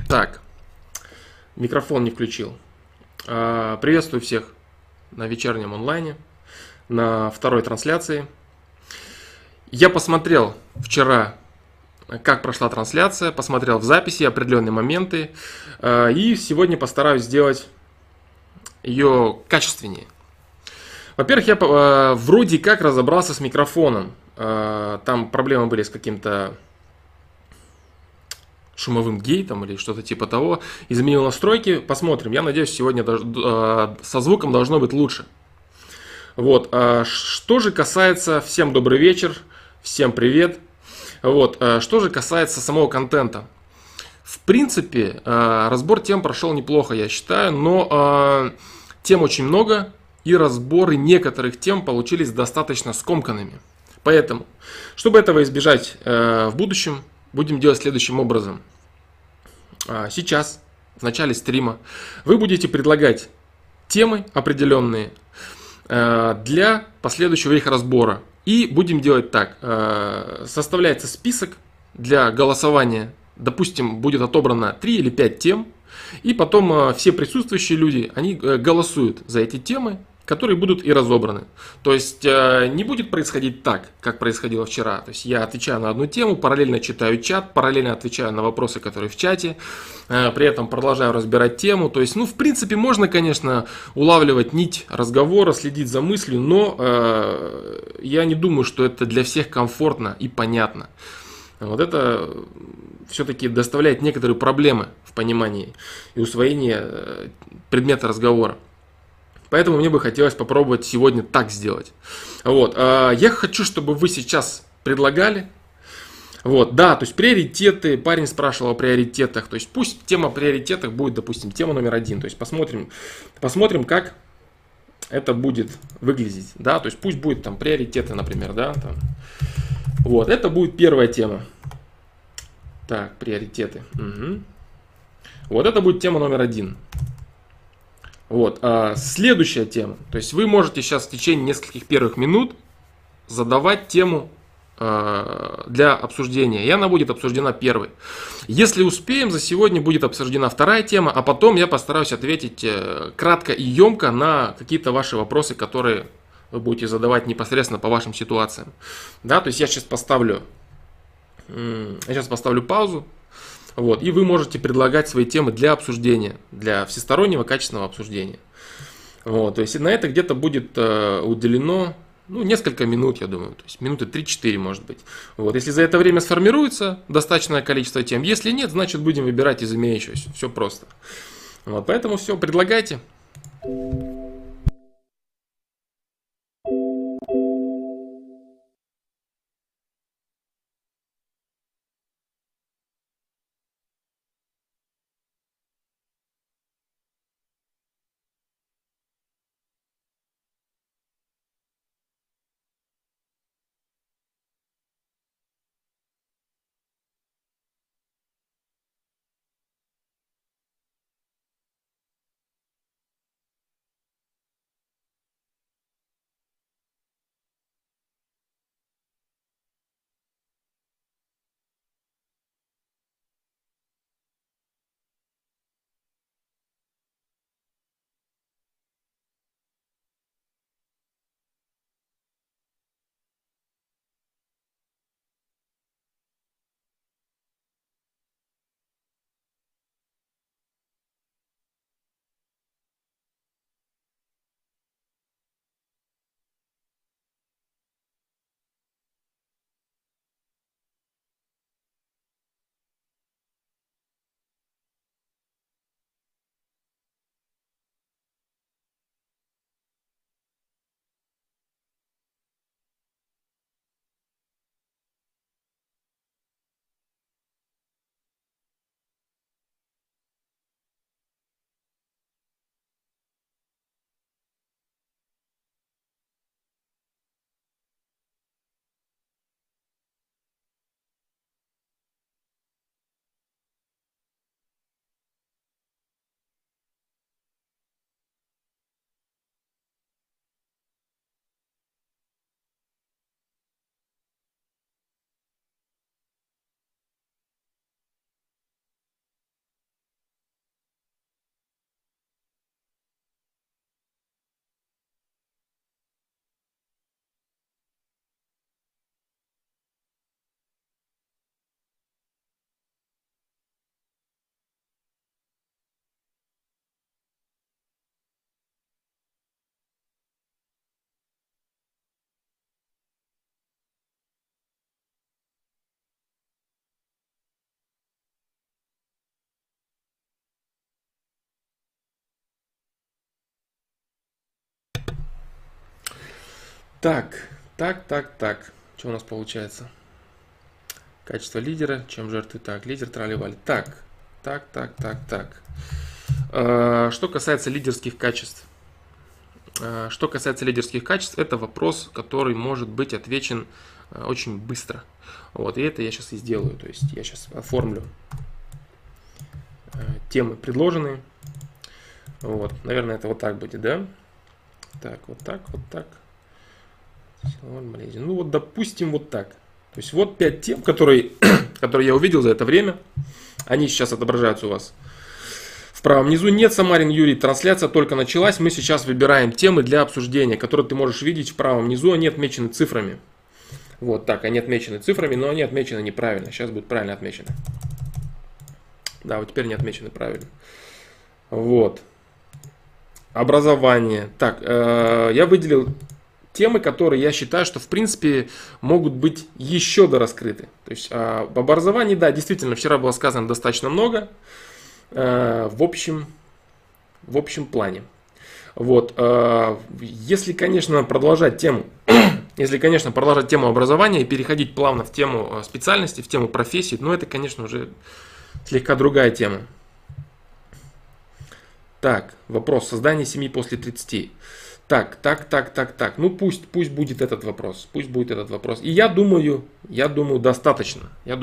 Так, микрофон не включил. Приветствую всех на вечернем онлайне, на второй трансляции. Я посмотрел вчера, как прошла трансляция, посмотрел в записи определенные моменты, и сегодня постараюсь сделать ее качественнее. Во-первых, я вроде как разобрался с микрофоном. Там проблемы были с каким-то шумовым гейтом или что-то типа того. Изменил настройки, посмотрим. Я надеюсь, сегодня со звуком должно быть лучше. Вот, что же касается, всем добрый вечер, всем привет. Вот, что же касается самого контента. В принципе, разбор тем прошел неплохо, я считаю, но тем очень много, и разборы некоторых тем получились достаточно скомканными. Поэтому, чтобы этого избежать в будущем, будем делать следующим образом. Сейчас, в начале стрима, вы будете предлагать темы определенные для последующего их разбора. И будем делать так. Составляется список для голосования. Допустим, будет отобрано 3 или 5 тем. И потом все присутствующие люди, они голосуют за эти темы, которые будут и разобраны. То есть не будет происходить так, как происходило вчера. То есть я отвечаю на одну тему, параллельно читаю чат, параллельно отвечаю на вопросы, которые в чате, при этом продолжаю разбирать тему. То есть, ну, в принципе, можно, конечно, улавливать нить разговора, следить за мыслью, но я не думаю, что это для всех комфортно и понятно. Вот это все-таки доставляет некоторые проблемы в понимании и усвоении предмета разговора. Поэтому мне бы хотелось попробовать сегодня так сделать. Вот. Я хочу, чтобы вы сейчас предлагали. Вот, да, то есть приоритеты, парень спрашивал о приоритетах, то есть пусть тема о приоритетах будет, допустим, тема номер 1, то есть посмотрим, как это будет выглядеть, да, то есть пусть будет там приоритеты, например, да, там. Вот, это будет первая тема. Так, приоритеты. Угу. Вот это будет тема номер 1. Вот, следующая тема. То есть вы можете сейчас в течение нескольких первых минут задавать тему для обсуждения. И она будет обсуждена первой. Если успеем, за сегодня будет обсуждена вторая тема, а потом я постараюсь ответить кратко и емко на какие-то ваши вопросы, которые вы будете задавать непосредственно по вашим ситуациям. Да, то есть я сейчас поставлю паузу. Вот, и вы можете предлагать свои темы для обсуждения, для всестороннего качественного обсуждения. Вот, то есть на это где-то будет уделено несколько минут, я думаю, то есть минуты 3-4 может быть. Вот, если за это время сформируется достаточное количество тем, если нет, значит будем выбирать из имеющегося. Все просто. Вот, поэтому все, предлагайте. Так. Что у нас получается? Качество лидера, чем жертвы? Так, лидер тролливали. Так. Что касается лидерских качеств. Это вопрос, который может быть отвечен очень быстро. Вот, и это я сейчас и сделаю. То есть я сейчас оформлю темы предложенные. Вот, наверное, это вот так будет, да? Так, вот так. Ну вот, допустим, вот так. То есть вот 5 тем, которые я увидел за это время. Они сейчас отображаются у вас в правом низу. Нет, Самарин Юрий, трансляция только началась. Мы сейчас выбираем темы для обсуждения, которые ты можешь видеть в правом низу. Они отмечены цифрами. Вот так, они отмечены цифрами, но они отмечены неправильно. Сейчас будут правильно отмечены. Да, вот теперь не отмечены правильно. Вот. Образование. Так, я выделил темы, которые я считаю, что в принципе могут быть еще дораскрыты. То есть об образовании, да, действительно, вчера было сказано достаточно много в общем плане. Вот, если, конечно, продолжать тему образования и переходить плавно в тему специальности, в тему профессии, ну это, конечно, уже слегка другая тема. Так, вопрос. Создание семьи после 30. Так. Ну пусть будет этот вопрос. И я думаю, достаточно.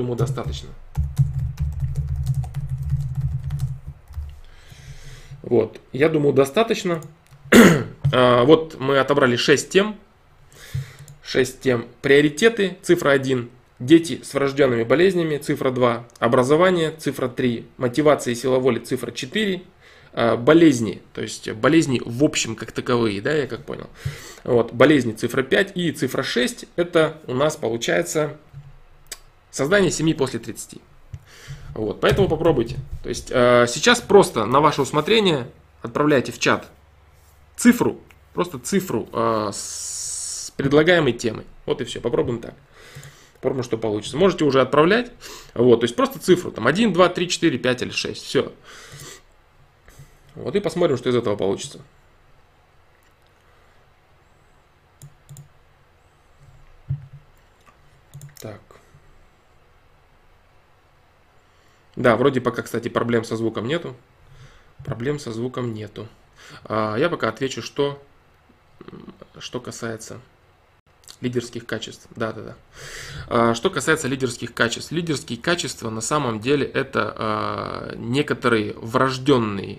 Вот, я думаю, достаточно. Вот мы отобрали 6 тем. 6 тем. Приоритеты, цифра 1. Дети с врожденными болезнями, цифра 2. Образование, цифра 3. Мотивация и сила воли, цифра 4. Болезни, то есть болезни в общем как таковые, да, я как понял. Вот, болезни цифра 5 и цифра 6, это у нас получается создание семьи после 30. Вот, поэтому попробуйте. То есть сейчас просто на ваше усмотрение отправляйте в чат цифру с предлагаемой темой. Вот и все, попробуем так. Попробуем, что получится. Можете уже отправлять, вот, то есть просто цифру, там 1, 2, 3, 4, 5 или 6, все. Вот и посмотрим, что из этого получится. Так. Да, вроде пока, кстати, проблем со звуком нету. Я пока отвечу, что касается лидерских качеств. Да. Что касается лидерских качеств. Лидерские качества на самом деле это некоторый врожденный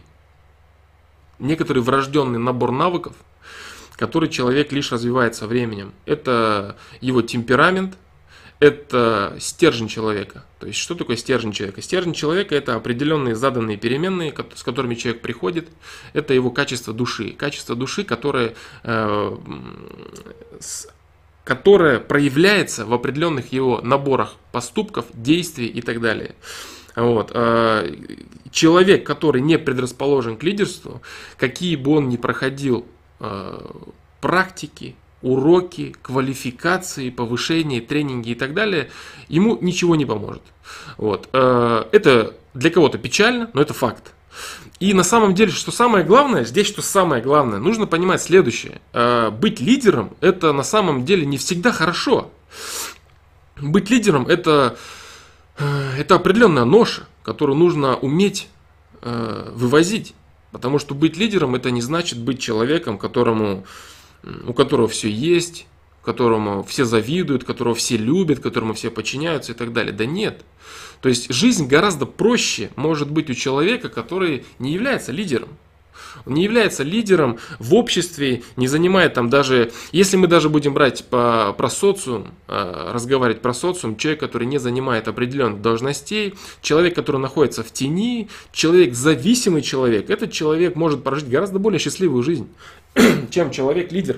набор навыков, который человек лишь развивает со временем. Это его темперамент, это стержень человека. То есть, что такое стержень человека? Стержень человека – это определенные заданные переменные, с которыми человек приходит. Это его качество души. Качество души, которое проявляется в определенных его наборах поступков, действий и так далее. Вот. Человек, который не предрасположен к лидерству, какие бы он ни проходил практики, уроки, квалификации, повышения, тренинги и так далее, ему ничего не поможет. Вот. Это для кого-то печально, но это факт. И на самом деле, что самое главное, нужно понимать следующее. Быть лидером, это на самом деле не всегда хорошо. Быть лидером, это определенная ноша, которую нужно уметь вывозить. Потому что быть лидером, это не значит быть человеком, у которого все есть, которому все завидуют, которого все любят, которому все подчиняются и так далее. Да нет. То есть жизнь гораздо проще может быть у человека, который не является лидером. Он не является лидером в обществе, не занимает там даже, если мы даже будем брать про социум, разговаривать про социум, человек, который не занимает определенных должностей, человек, который находится в тени, зависимый человек, этот человек может прожить гораздо более счастливую жизнь, чем человек-лидер.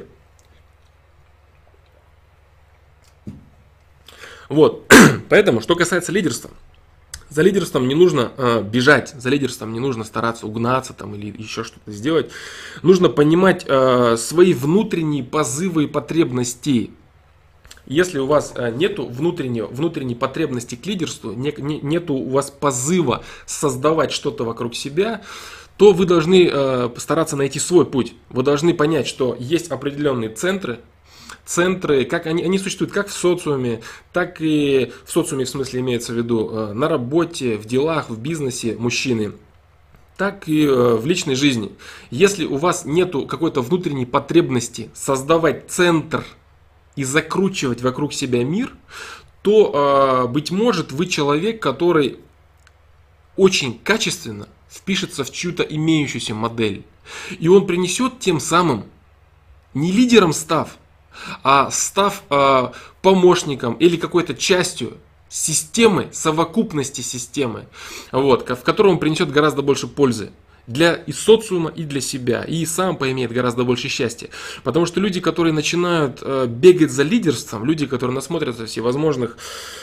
Вот, поэтому, что касается лидерства, за лидерством не нужно бежать, за лидерством не нужно стараться угнаться там, или еще что-то сделать. Нужно понимать свои внутренние позывы и потребности. Если у вас нету внутренней потребности к лидерству, нету у вас позыва создавать что-то вокруг себя, то вы должны постараться найти свой путь. Вы должны понять, что есть определенные центры, центры, как они существуют как в социуме, так и в социуме, в смысле имеется в виду, на работе, в делах, в бизнесе мужчины, так и в личной жизни. Если у вас нету какой-то внутренней потребности создавать центр и закручивать вокруг себя мир, то, быть может, вы человек, который очень качественно впишется в чью-то имеющуюся модель. И он принесет тем самым, не лидером став, а став помощником или какой-то частью системы, совокупности системы, вот, в которой он принесет гораздо больше пользы для и социума, и для себя, и сам поимеет гораздо больше счастья. Потому что люди, которые начинают бегать за лидерством, люди, которые насмотрятся всевозможных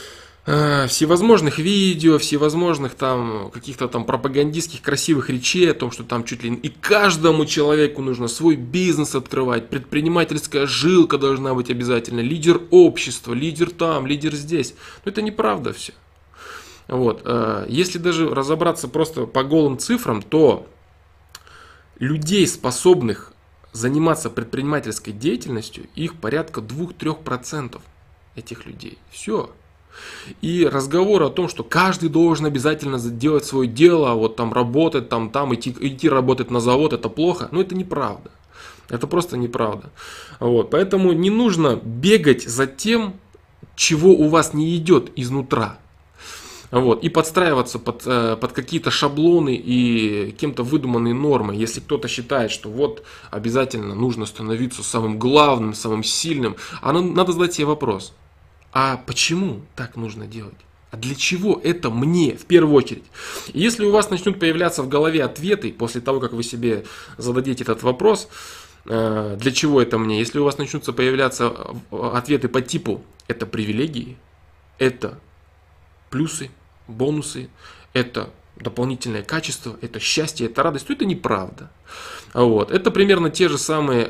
видео, всевозможных там каких-то там пропагандистских красивых речей о том, что там чуть ли и каждому человеку нужно свой бизнес открывать, предпринимательская жилка должна быть обязательно, лидер общества, лидер там, лидер здесь. Но это неправда все. Вот. Если даже разобраться просто по голым цифрам, то людей, способных заниматься предпринимательской деятельностью, их порядка 2-3% этих людей. Все. И разговор о том, что каждый должен обязательно делать свое дело, вот там работать, там идти работать на завод, это плохо, но это неправда. Это просто неправда. Вот. Поэтому не нужно бегать за тем, чего у вас не идет изнутра. Вот, и подстраиваться под какие-то шаблоны и кем-то выдуманные нормы. Если кто-то считает, что вот обязательно нужно становиться самым главным, самым сильным, надо задать себе вопрос. А почему так нужно делать? А для чего это мне в первую очередь? И если у вас начнут появляться в голове ответы после того, как вы себе зададите этот вопрос, для чего это мне? Если у вас начнутся появляться ответы по типу это привилегии, это плюсы, бонусы, это дополнительное качество, это счастье, это радость, то это неправда. Вот. Это примерно те же самые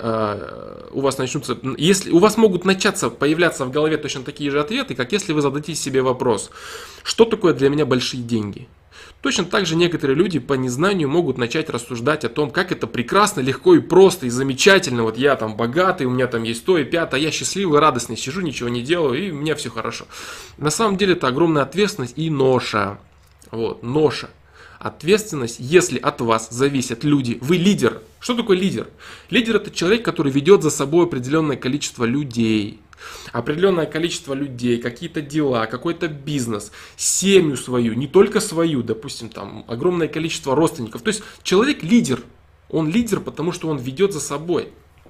у вас начнутся, если у вас могут появляться в голове точно такие же ответы, как если вы зададите себе вопрос, что такое для меня большие деньги? Точно так же некоторые люди по незнанию могут начать рассуждать о том, как это прекрасно, легко и просто, и замечательно. Вот я там богатый, у меня там есть то и пятое, я счастливый, радостный, сижу, ничего не делаю, и у меня все хорошо. На самом деле это огромная ответственность и ноша. Вот, ноша. Ответственность, если от вас зависят люди. Вы лидер. Что такое лидер? Лидер — это человек, который ведет за собой определенное количество людей. Определенное количество людей, какие-то дела, какой-то бизнес, семью свою, не только свою, допустим, там огромное количество родственников. То есть человек лидер. Он лидер, потому что он ведет за собой.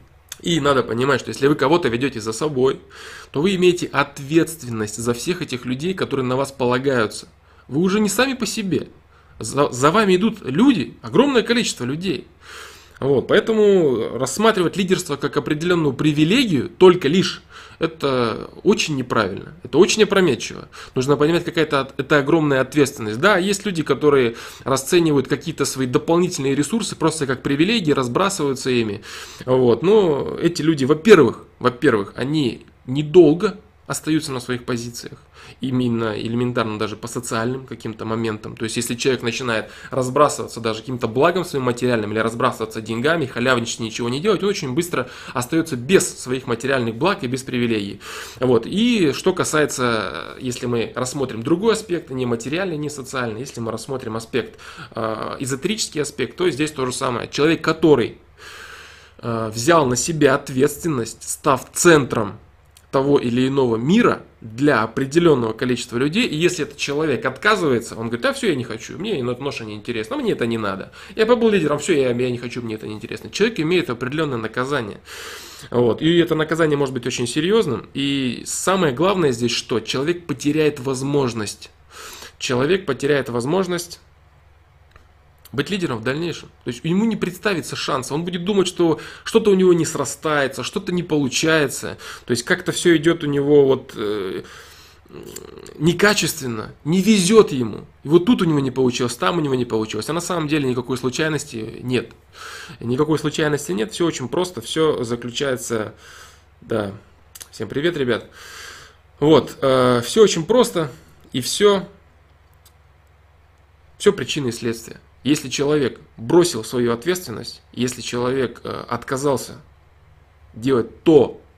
И надо понимать, что если вы кого-то ведете за собой, то вы имеете ответственность за всех этих людей, которые на вас полагаются. Вы уже не сами по себе. За вами идут люди, огромное количество людей. Вот, поэтому рассматривать лидерство как определенную привилегию только лишь, это очень неправильно, это очень опрометчиво. Нужно понимать, это огромная ответственность. Да, есть люди, которые расценивают какие-то свои дополнительные ресурсы просто как привилегии, разбрасываются ими. Вот, но эти люди, во-первых, они недолго остаются на своих позициях, именно элементарно даже по социальным каким-то моментам. То есть, если человек начинает разбрасываться даже каким-то благом своим материальным или разбрасываться деньгами, халявничать, ничего не делать, он очень быстро остается без своих материальных благ и без привилегий. Вот. И что касается, если мы рассмотрим другой аспект, не материальный, не социальный, если мы рассмотрим аспект, эзотерический аспект, то здесь то же самое. Человек, который взял на себя ответственность, став центром того или иного мира для определенного количества людей, и если этот человек отказывается, он говорит, да все, я не хочу, мне ноша не интересно, мне это не надо, я побыл лидером, все, я не хочу, мне это не интересно. Человек имеет определенное наказание, вот. И это наказание может быть очень серьезным, и самое главное здесь что? Человек потеряет возможность быть лидером в дальнейшем. То есть ему не представится шанса. Он будет думать, что что-то у него не срастается, что-то не получается. То есть как-то все идет у него вот некачественно, не везет ему. И вот тут у него не получилось, там у него не получилось. А на самом деле никакой случайности нет. Никакой случайности нет. Все очень просто. Все заключается... Да. Всем привет, ребят. Вот. Все очень просто. И все причины и следствия. Если человек бросил свою ответственность, если человек отказался делать то,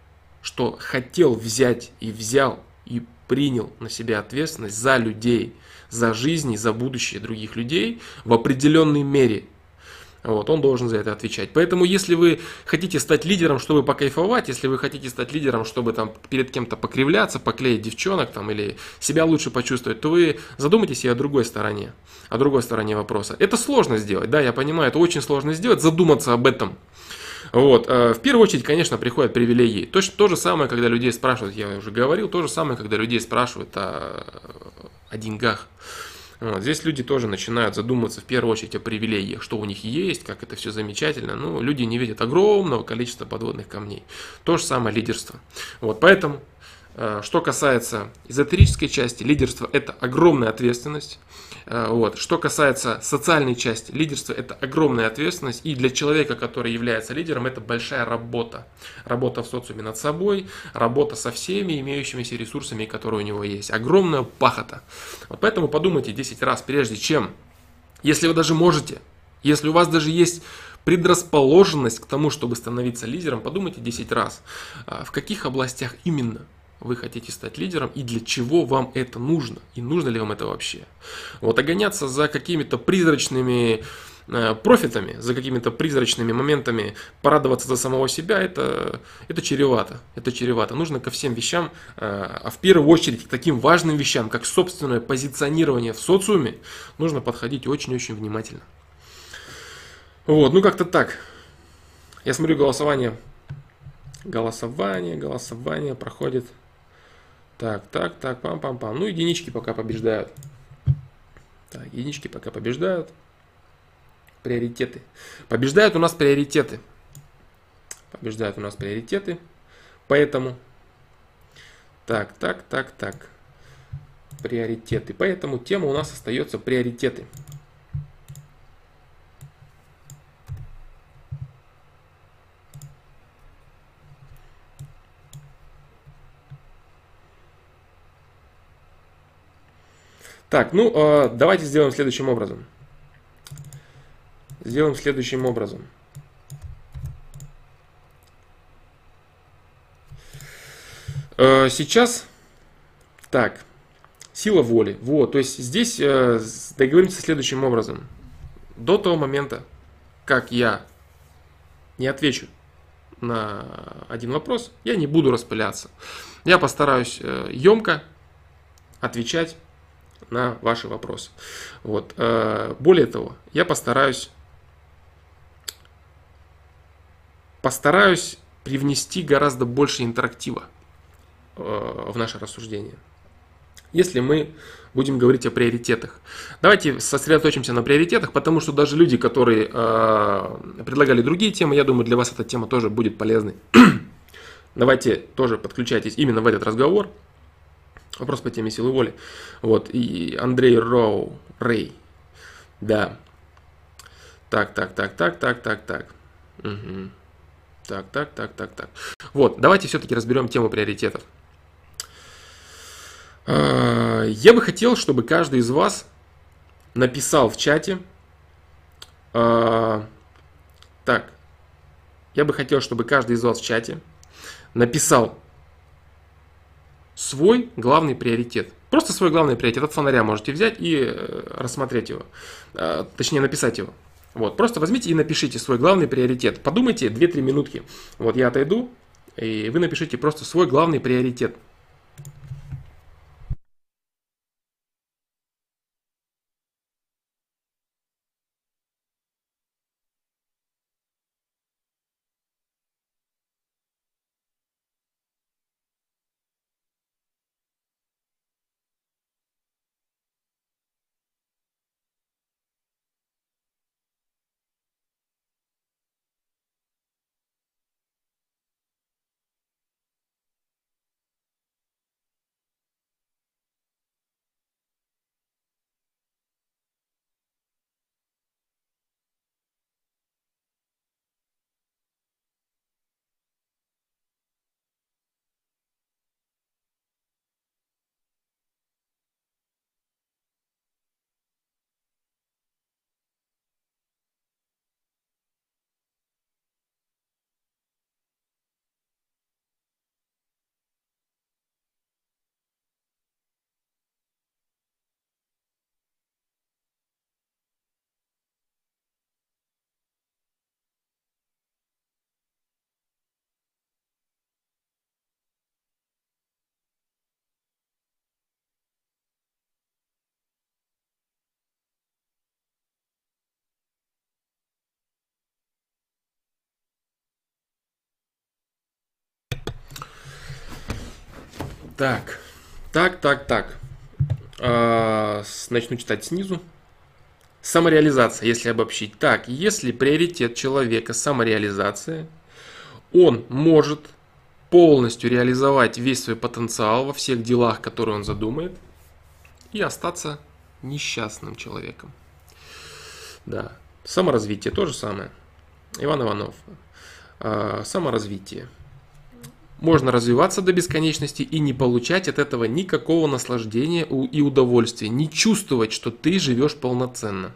что хотел взять и взял и принял на себя ответственность за людей, за жизнь и за будущее других людей в определенной мере. Вот, он должен за это отвечать. Поэтому, если вы хотите стать лидером, чтобы покайфовать, если вы хотите стать лидером, чтобы там перед кем-то покривляться, поклеить девчонок там, или себя лучше почувствовать, то вы задумайтесь и о другой стороне вопроса. Это сложно сделать, да, я понимаю, это очень сложно сделать, задуматься об этом. Вот. В первую очередь, конечно, приходят привилегии. То же самое, когда людей спрашивают, я уже говорил, то же самое, когда людей спрашивают о деньгах. Вот. Здесь люди тоже начинают задумываться в первую очередь о привилегиях, что у них есть, как это все замечательно. Но люди не видят огромного количества подводных камней. То же самое лидерство. Вот. Поэтому, что касается эзотерической части, лидерство – это огромная ответственность. Вот. Что касается социальной части, лидерство – это огромная ответственность. И для человека, который является лидером, это большая работа. Работа в социуме над собой, работа со всеми имеющимися ресурсами, которые у него есть. Огромная пахота. Вот поэтому подумайте 10 раз, прежде чем, если вы даже можете, если у вас даже есть предрасположенность к тому, чтобы становиться лидером, подумайте 10 раз, в каких областях именно вы хотите стать лидером и для чего вам это нужно, и нужно ли вам это вообще. Вот, а гоняться за какими-то призрачными профитами, за какими-то призрачными моментами, порадоваться за самого себя, это чревато. Это чревато. Нужно ко всем вещам, а в первую очередь к таким важным вещам, как собственное позиционирование в социуме, нужно подходить очень-очень внимательно. Вот, ну как-то так. Я смотрю голосование. Голосование проходит. Так, пам-пам-пам. Ну, единички пока побеждают. Так, единички пока побеждают. Приоритеты. Побеждают у нас приоритеты. Поэтому. Так. Приоритеты. Поэтому тема у нас остается приоритеты. Так, ну, давайте сделаем следующим образом. Сейчас, так, сила воли. Вот, то есть здесь договоримся следующим образом. До того момента, как я не отвечу на один вопрос, я не буду распыляться. Я постараюсь емко отвечать на ваши вопросы. Вот. Более того, я постараюсь привнести гораздо больше интерактива в наше рассуждение. Если мы будем говорить о приоритетах. Давайте сосредоточимся на приоритетах, потому что даже люди, которые предлагали другие темы, я думаю, для вас эта тема тоже будет полезной. Давайте тоже подключайтесь именно в этот разговор. Вопрос по теме силы воли. Вот, и Андрей Рэй. Да. Так. Угу. Так. Вот, давайте все-таки разберем тему приоритетов. Я бы хотел, чтобы каждый из вас написал в чате. Так. Я бы хотел, чтобы каждый из вас в чате написал свой главный приоритет. Просто свой главный приоритет. От фонаря можете взять и рассмотреть его. Точнее, написать его. Вот, просто возьмите и напишите свой главный приоритет. Подумайте 2-3 минутки. Вот я отойду, и вы напишите просто свой главный приоритет. Так. Начну читать снизу. Самореализация, если обобщить. Так, если приоритет человека самореализация, он может полностью реализовать весь свой потенциал во всех делах, которые он задумает, и остаться несчастным человеком. Да. Саморазвитие, то же самое. Иван Иванов. Саморазвитие. Можно развиваться до бесконечности и не получать от этого никакого наслаждения и удовольствия, не чувствовать, что ты живешь полноценно.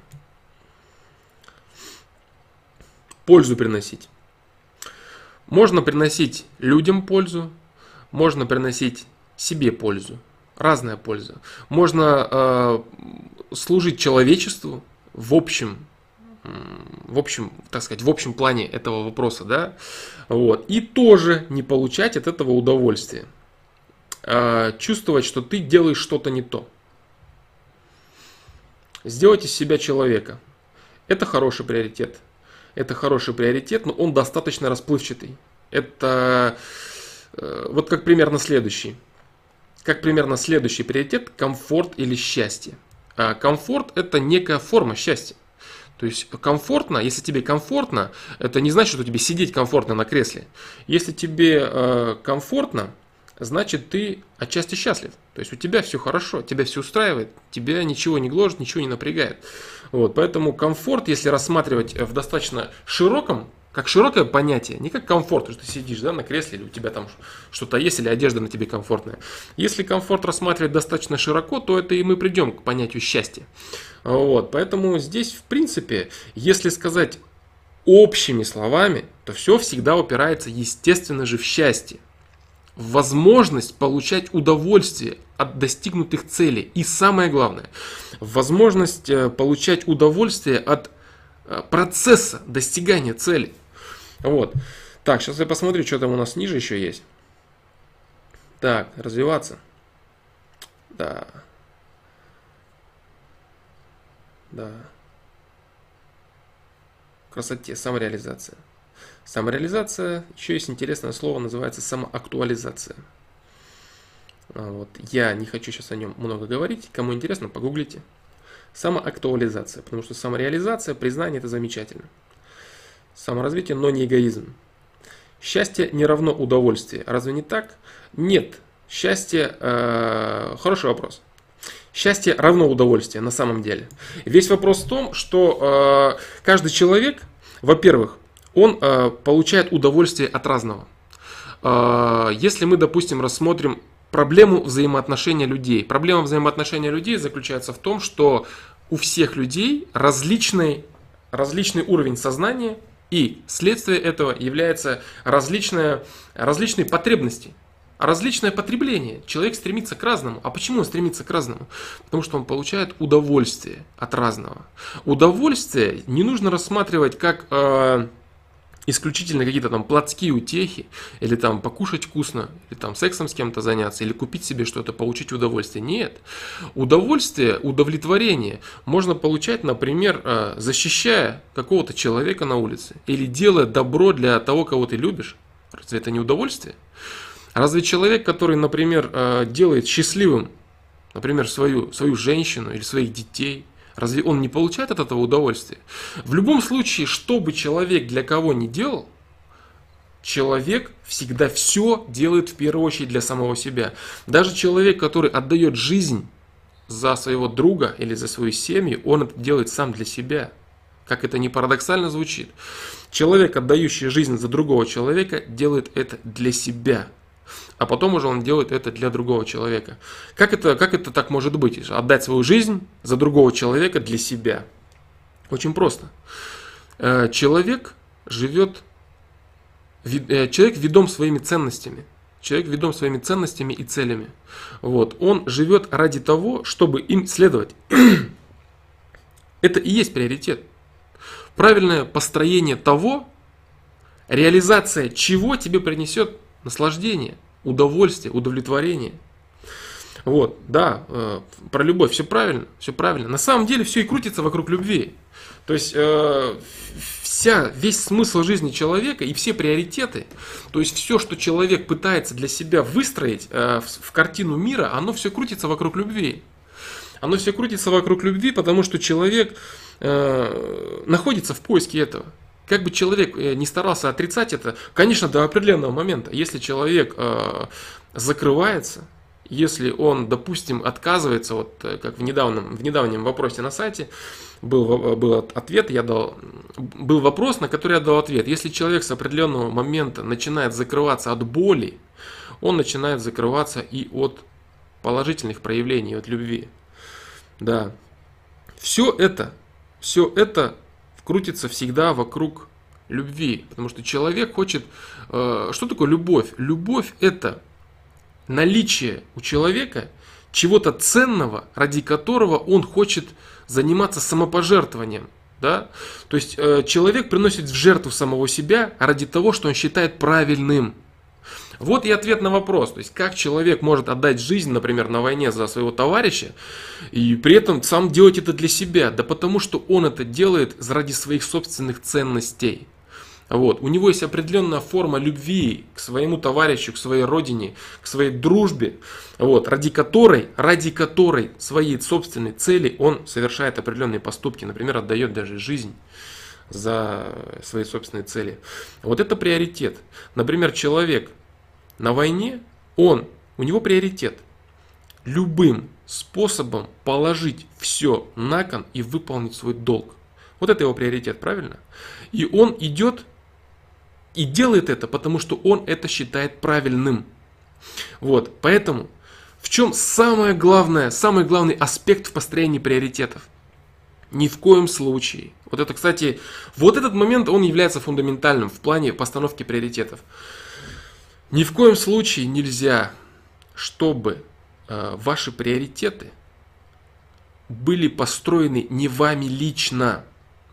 Пользу приносить. Можно приносить людям пользу, можно приносить себе пользу. Разная польза. Можно служить человечеству в общем, так сказать, в общем плане этого вопроса, да, вот, и тоже не получать от этого удовольствия, чувствовать, что ты делаешь что-то не то. Сделать из себя человека. Это хороший приоритет. Это хороший приоритет, но он достаточно расплывчатый. Это вот как примерно следующий. Как примерно следующий приоритет – комфорт или счастье. Комфорт – это некая форма счастья. То есть комфортно, если тебе комфортно, это не значит, что тебе сидеть комфортно на кресле. Если тебе комфортно, значит ты отчасти счастлив. То есть у тебя все хорошо, тебя все устраивает, тебя ничего не гложет, ничего не напрягает. Вот, поэтому комфорт, если рассматривать в достаточно широком, как широкое понятие, не как комфорт, что ты сидишь, да, на кресле, или у тебя там что-то есть, или одежда на тебе комфортная. Если комфорт рассматривать достаточно широко, то это и мы придем к понятию счастья. Вот, поэтому здесь, в принципе, если сказать общими словами, то все всегда упирается, естественно же, в счастье. В возможность получать удовольствие от достигнутых целей. И самое главное, возможность получать удовольствие от процесса достигания цели. Вот. Так, сейчас я посмотрю, что там у нас ниже еще есть. Так, развиваться. Да. Да. Красоте, самореализация. Самореализация, еще есть интересное слово, называется самоактуализация. Вот. Я не хочу сейчас о нем много говорить. Кому интересно, погуглите. Самоактуализация, потому что самореализация, признание – это замечательно. Саморазвитие, но не эгоизм. Счастье не равно удовольствие. Разве не так? Нет. Счастье, хороший вопрос. Счастье равно удовольствие на самом деле. Весь вопрос в том, что каждый человек, во-первых, он получает удовольствие от разного. Если мы, допустим, рассмотрим проблему взаимоотношения людей. Проблема взаимоотношения людей заключается в том, что у всех людей различный уровень сознания, и следствие этого является различные потребности, различное потребление. Человек стремится к разному. А почему он стремится к разному? Потому что он получает удовольствие от разного. Удовольствие не нужно рассматривать как исключительно какие-то там плотские утехи, или там покушать вкусно, или там сексом с кем-то заняться, или купить себе что-то, получить удовольствие. Нет. Удовольствие, удовлетворение можно получать, например, защищая какого-то человека на улице, или делая добро для того, кого ты любишь. Разве это не удовольствие? Разве человек, который, например, делает счастливым, например, свою женщину или своих детей, разве он не получает от этого удовольствия? В любом случае, что бы человек для кого ни делал, человек всегда все делает в первую очередь для самого себя. Даже человек, который отдает жизнь за своего друга или за свою семью, он это делает сам для себя. Как это ни парадоксально звучит. Человек, отдающий жизнь за другого человека, делает это для себя. А потом уже он делает это для другого человека. Как это так может быть? Отдать свою жизнь за другого человека для себя. Очень просто. Человек ведом своими ценностями. Человек ведом своими ценностями и целями. Вот. Он живет ради того, чтобы им следовать. Это и есть приоритет. Правильное построение того, реализация чего тебе принесет наслаждение, удовольствие, удовлетворение. Вот, да, про любовь, все правильно, все правильно. На самом деле все и крутится вокруг любви. То есть весь смысл жизни человека и все приоритеты, то есть все, что человек пытается для себя выстроить в картину мира, оно все крутится вокруг любви. Оно все крутится вокруг любви, потому что человек находится в поиске этого. Как бы человек не старался отрицать это, конечно, до определенного момента, если человек закрывается, если он, допустим, отказывается, вот как в недавнем вопросе на сайте, был ответ, был вопрос, на который я дал ответ. Если человек с определенного момента начинает закрываться от боли, он начинает закрываться и от положительных проявлений, от любви. Да. Все это крутится всегда вокруг любви, потому что человек хочет... Что такое любовь? Любовь – это наличие у человека чего-то ценного, ради которого он хочет заниматься самопожертвованием. Да? То есть человек приносит в жертву самого себя ради того, что он считает правильным. Вот и ответ на вопрос. То есть как человек может отдать жизнь, например, на войне за своего товарища, и при этом сам делать это для себя? Да потому что он это делает ради своих собственных ценностей. Вот. У него есть определенная форма любви к своему товарищу, к своей родине, к своей дружбе, вот, ради которой своей собственной цели он совершает определенные поступки, например, отдает даже жизнь за свои собственные цели. Вот это приоритет. Например, человек на войне, у него приоритет любым способом положить все на кон и выполнить свой долг. Вот это его приоритет, правильно? И он идет и делает это, потому что он это считает правильным. Вот, поэтому в чем самый главный аспект в построении приоритетов? Ни в коем случае. Вот это, кстати, вот этот момент, он является фундаментальным в плане постановки приоритетов. Ни в коем случае нельзя, чтобы ваши приоритеты были построены не вами лично.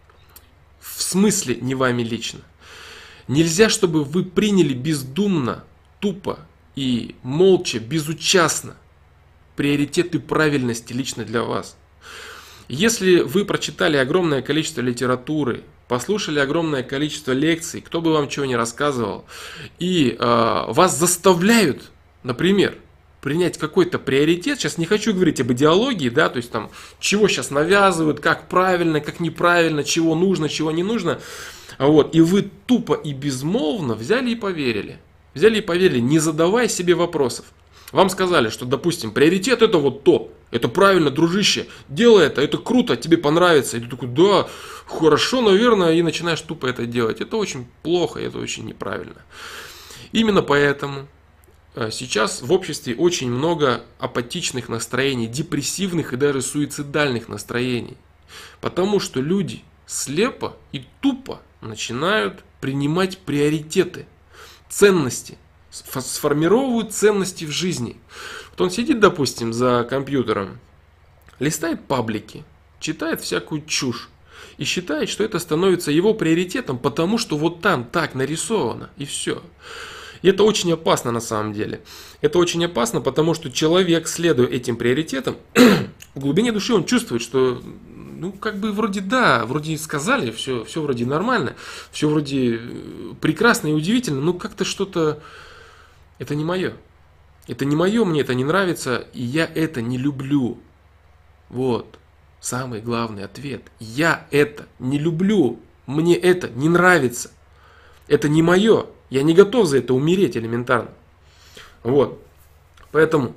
В смысле не вами лично. Нельзя, чтобы вы приняли бездумно, тупо и молча, безучастно приоритеты правильности лично для вас. Если вы прочитали огромное количество литературы, послушали огромное количество лекций, кто бы вам чего не рассказывал, и вас заставляют, например, принять какой-то приоритет, сейчас не хочу говорить об идеологии, да, то есть там, чего сейчас навязывают, как правильно, как неправильно, чего нужно, чего не нужно, вот, и вы тупо и безмолвно взяли и поверили, не задавая себе вопросов. Вам сказали, что, допустим, приоритет это вот то, это правильно, дружище, делай это круто, тебе понравится. И ты такой, да, хорошо, наверное, и начинаешь тупо это делать. Это очень плохо, это очень неправильно. Именно поэтому сейчас в обществе очень много апатичных настроений, депрессивных и даже суицидальных настроений. Потому что люди слепо и тупо начинают принимать приоритеты, ценности, сформировывают ценности в жизни. Вот он сидит, допустим, за компьютером, листает паблики, читает всякую чушь и считает, что это становится его приоритетом, потому что вот там так нарисовано и все. И это очень опасно на самом деле. Это очень опасно, потому что человек, следуя этим приоритетам, в глубине души он чувствует, что ну, как бы вроде да, вроде сказали, все вроде нормально, все вроде прекрасно и удивительно, но как-то что-то, это не мое. Это не мое, мне это не нравится, и я это не люблю. Вот, самый главный ответ. Я это не люблю, мне это не нравится. Это не мое, я не готов за это умереть элементарно. Вот, поэтому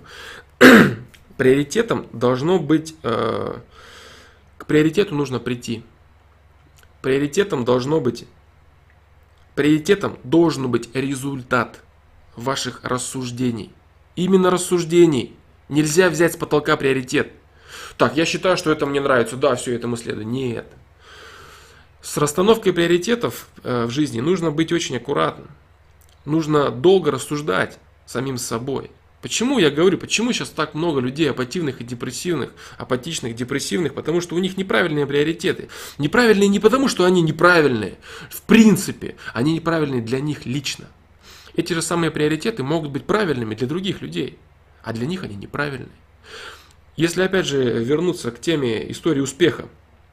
приоритетом должно быть... К приоритету нужно прийти. Приоритетом должен быть результат ваших рассуждений. Именно рассуждений. Нельзя взять с потолка приоритет. Так, я считаю, что это мне нравится. Да, все, этому следую. Нет. С расстановкой приоритетов в жизни нужно быть очень аккуратным. Нужно долго рассуждать самим собой. Почему я говорю, почему сейчас так много людей апатичных, депрессивных? Потому что у них неправильные приоритеты. Неправильные не потому, что они неправильные. В принципе, они неправильные для них лично. Эти же самые приоритеты могут быть правильными для других людей. а для них они неправильные. Если опять же вернуться к теме истории успеха,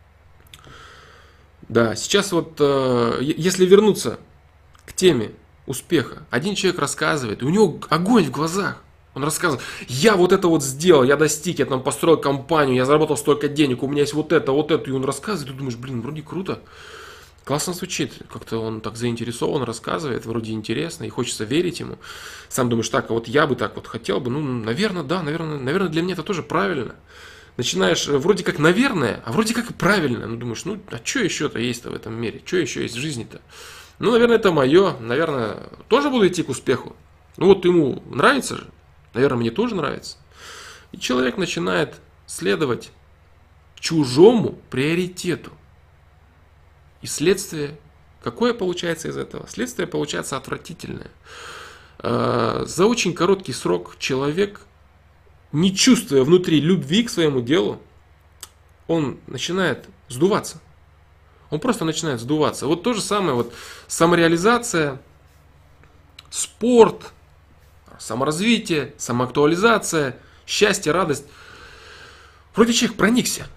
да, сейчас вот, если вернуться к теме успеха, один человек рассказывает, и у него огонь в глазах. Он рассказывает, я вот это вот сделал, я достиг, я там построил компанию, я заработал столько денег, у меня есть вот это, и он рассказывает, и ты думаешь, блин, вроде круто, классно звучит, как-то он так заинтересован, рассказывает, вроде интересно, и хочется верить ему. Сам думаешь, так, а вот я бы так вот хотел бы, ну, наверное, да, наверное, для меня это тоже правильно. Начинаешь вроде как наверное, а вроде как и правильно. Ну, думаешь, ну, а что еще-то есть-то в этом мире? Что еще есть в жизни-то? Ну, наверное, это мое, наверное, тоже буду идти к успеху. Ну, вот ему нравится же. Наверное, мне тоже нравится. И человек начинает следовать чужому приоритету. И следствие, какое получается из этого? Следствие получается отвратительное. За очень короткий срок человек, не чувствуя внутри любви к своему делу, он начинает сдуваться. Он просто начинает сдуваться. Вот то же самое, вот самореализация, спорт, саморазвитие, самоактуализация, счастье, радость. Вроде человек проникся.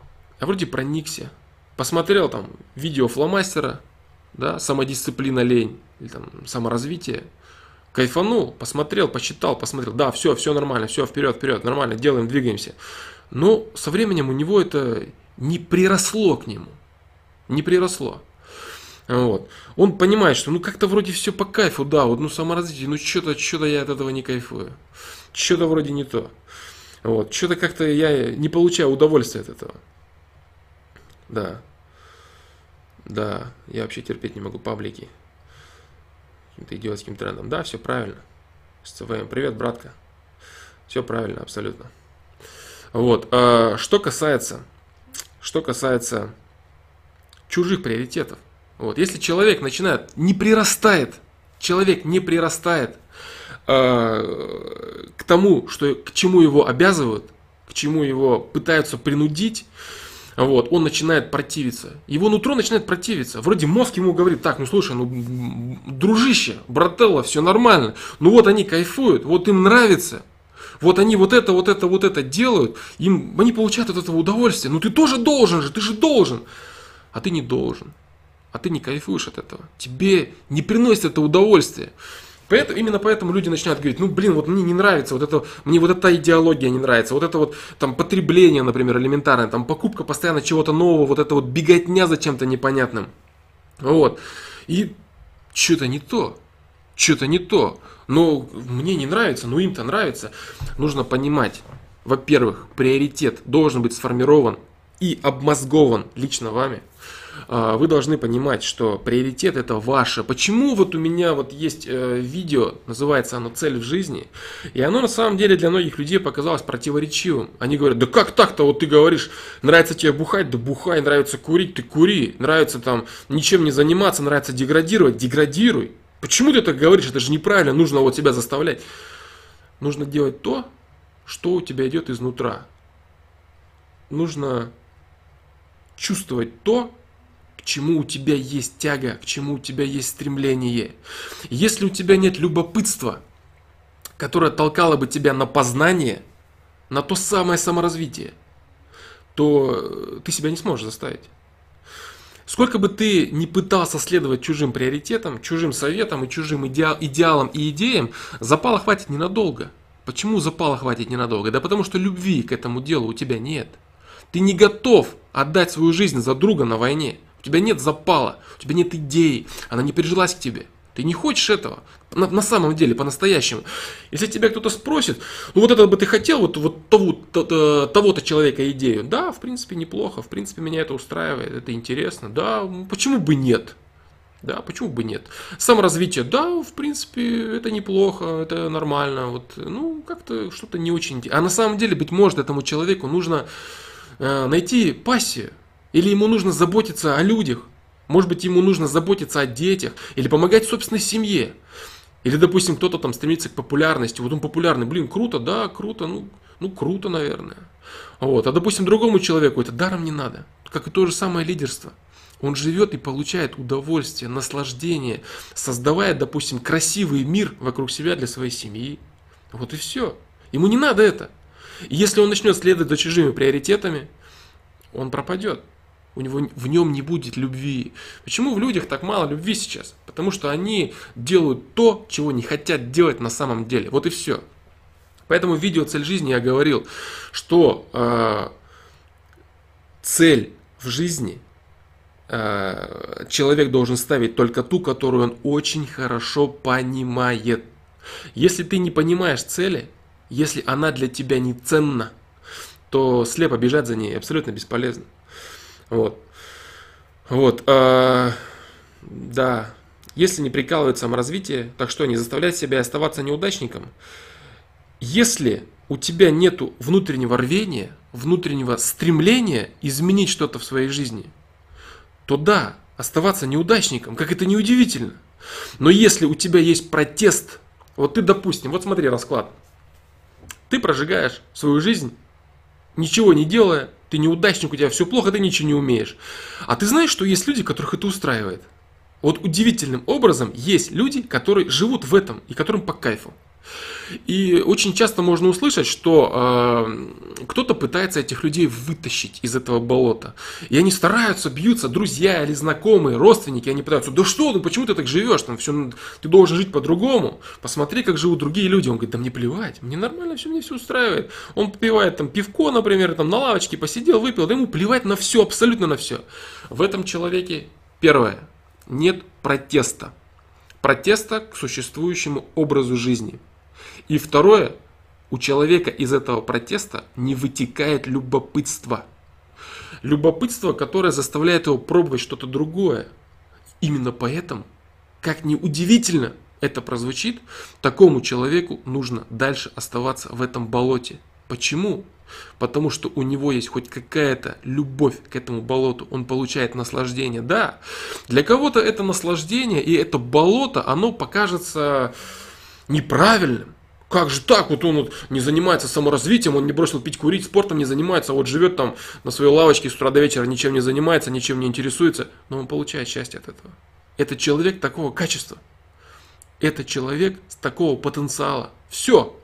Посмотрел там видео фломастера, да, самодисциплина, лень, или там саморазвитие. Кайфанул, посмотрел, посчитал, посмотрел. Да, все нормально, все, вперед, нормально, делаем, двигаемся. Но со временем у него это не приросло к нему. Не приросло. Вот. Он понимает, что ну как-то вроде все по кайфу, да, вот ну саморазвитие, ну что-то я от этого не кайфую. Что-то вроде не то. Вот. Что-то как-то я не получаю удовольствия от этого. Да, я вообще терпеть не могу паблики. Каким-то идиотским трендом. Да, все правильно. СЦВМ, привет, братка. Все правильно, абсолютно. Вот. Что касается чужих приоритетов. Вот. Если человек человек не прирастает к тому, к чему его обязывают, к чему его пытаются принудить, вот, он начинает противиться. Его нутро начинает противиться. Вроде мозг ему говорит, так, ну слушай, ну дружище, брателло, все нормально. Ну вот они кайфуют, вот им нравится. Вот они вот это делают, они получают от этого удовольствие. Ну ты тоже должен же, ты же должен. А ты не должен. А ты не кайфуешь от этого. Тебе не приносит это удовольствие. Именно поэтому люди начинают говорить, ну блин, вот мне не нравится, мне вот эта идеология не нравится, вот это вот там потребление, например, элементарное, там покупка постоянно чего-то нового, вот это вот беготня за чем-то непонятным. Вот. И что-то не то. Но мне не нравится, но им-то нравится. Нужно понимать, во-первых, приоритет должен быть сформирован и обмозгован лично вами. Вы должны понимать, что приоритет это ваше. Почему вот у меня вот есть видео, называется оно «Цель в жизни», и оно на самом деле для многих людей показалось противоречивым. Они говорят, да как так-то, вот ты говоришь, нравится тебе бухать, да бухай, нравится курить, ты кури, нравится там ничем не заниматься, нравится деградировать, деградируй. Почему ты так говоришь, это же неправильно, нужно вот себя заставлять. Нужно делать то, что у тебя идет изнутра. Нужно чувствовать то, к чему у тебя есть тяга, к чему у тебя есть стремление. Если у тебя нет любопытства, которое толкало бы тебя на познание, на то самое саморазвитие, то ты себя не сможешь заставить. Сколько бы ты ни пытался следовать чужим приоритетам, чужим советам и чужим идеалам и идеям, запала хватит ненадолго. Почему запала хватит ненадолго? Да потому что любви к этому делу у тебя нет. Ты не готов отдать свою жизнь за друга на войне. У тебя нет запала, у тебя нет идеи, она не прижилась к тебе. Ты не хочешь этого, на самом деле, по-настоящему. Если тебя кто-то спросит, ну вот это бы ты хотел, вот того-то человека идею. Да, в принципе, неплохо, в принципе, меня это устраивает, это интересно. Да, почему бы нет? Да, почему бы нет? Саморазвитие, да, в принципе, это неплохо, это нормально. Вот, ну, как-то что-то не очень. А на самом деле, быть может, этому человеку нужно найти пассию. Или ему нужно заботиться о людях. Может быть, ему нужно заботиться о детях. Или помогать собственной семье. Или, допустим, кто-то там стремится к популярности. Вот он популярный. Блин, круто, да, круто. Ну круто, наверное. Вот. А, допустим, другому человеку это даром не надо. Как и то же самое лидерство. Он живет и получает удовольствие, наслаждение, создавая, допустим, красивый мир вокруг себя для своей семьи. Вот и все. Ему не надо это. И если он начнет следовать за чужими приоритетами, он пропадет. В нем не будет любви. Почему в людях так мало любви сейчас? Потому что они делают то, чего не хотят делать на самом деле. Вот и все. Поэтому в видео «Цель жизни» я говорил, что цель в жизни человек должен ставить только ту, которую он очень хорошо понимает. Если ты не понимаешь цели, если она для тебя не ценна, то слепо бежать за ней абсолютно бесполезно. Да. Если не прикалывает саморазвитие, так что, не заставлять себя оставаться неудачником? Если у тебя нету внутреннего рвения, внутреннего стремления изменить что-то в своей жизни, то да, оставаться неудачником, как это не удивительно. Но если у тебя есть протест, вот ты, допустим, вот смотри расклад. Ты прожигаешь свою жизнь, ничего не делая, ты неудачник, у тебя все плохо, ты ничего не умеешь. А ты знаешь, что есть люди, которых это устраивает? Вот удивительным образом есть люди, которые живут в этом и которым по кайфу. И очень часто можно услышать, что кто-то пытается этих людей вытащить из этого болота. И они стараются, бьются, друзья или знакомые, родственники, они пытаются: да что, ну почему ты так живешь, там все, ты должен жить по-другому, посмотри, как живут другие люди. Он говорит: да мне плевать, мне нормально все, мне все устраивает. Он попивает там пивко, например, там на лавочке посидел, выпил, да ему плевать на все, абсолютно на все. В этом человеке, первое, нет протеста. Протеста к существующему образу жизни. И второе, у человека из этого протеста не вытекает любопытство. Любопытство, которое заставляет его пробовать что-то другое. Именно поэтому, как ни удивительно это прозвучит, такому человеку нужно дальше оставаться в этом болоте. Почему? Потому что у него есть хоть какая-то любовь к этому болоту, он получает наслаждение. Да, для кого-то это наслаждение и это болото, оно покажется неправильным. Как же так? Вот он вот не занимается саморазвитием, он не бросил пить, курить, спортом не занимается, а вот живет там на своей лавочке с утра до вечера, ничем не занимается, ничем не интересуется, но он получает счастье от этого. Это человек такого качества. Это человек с такого потенциала. Все.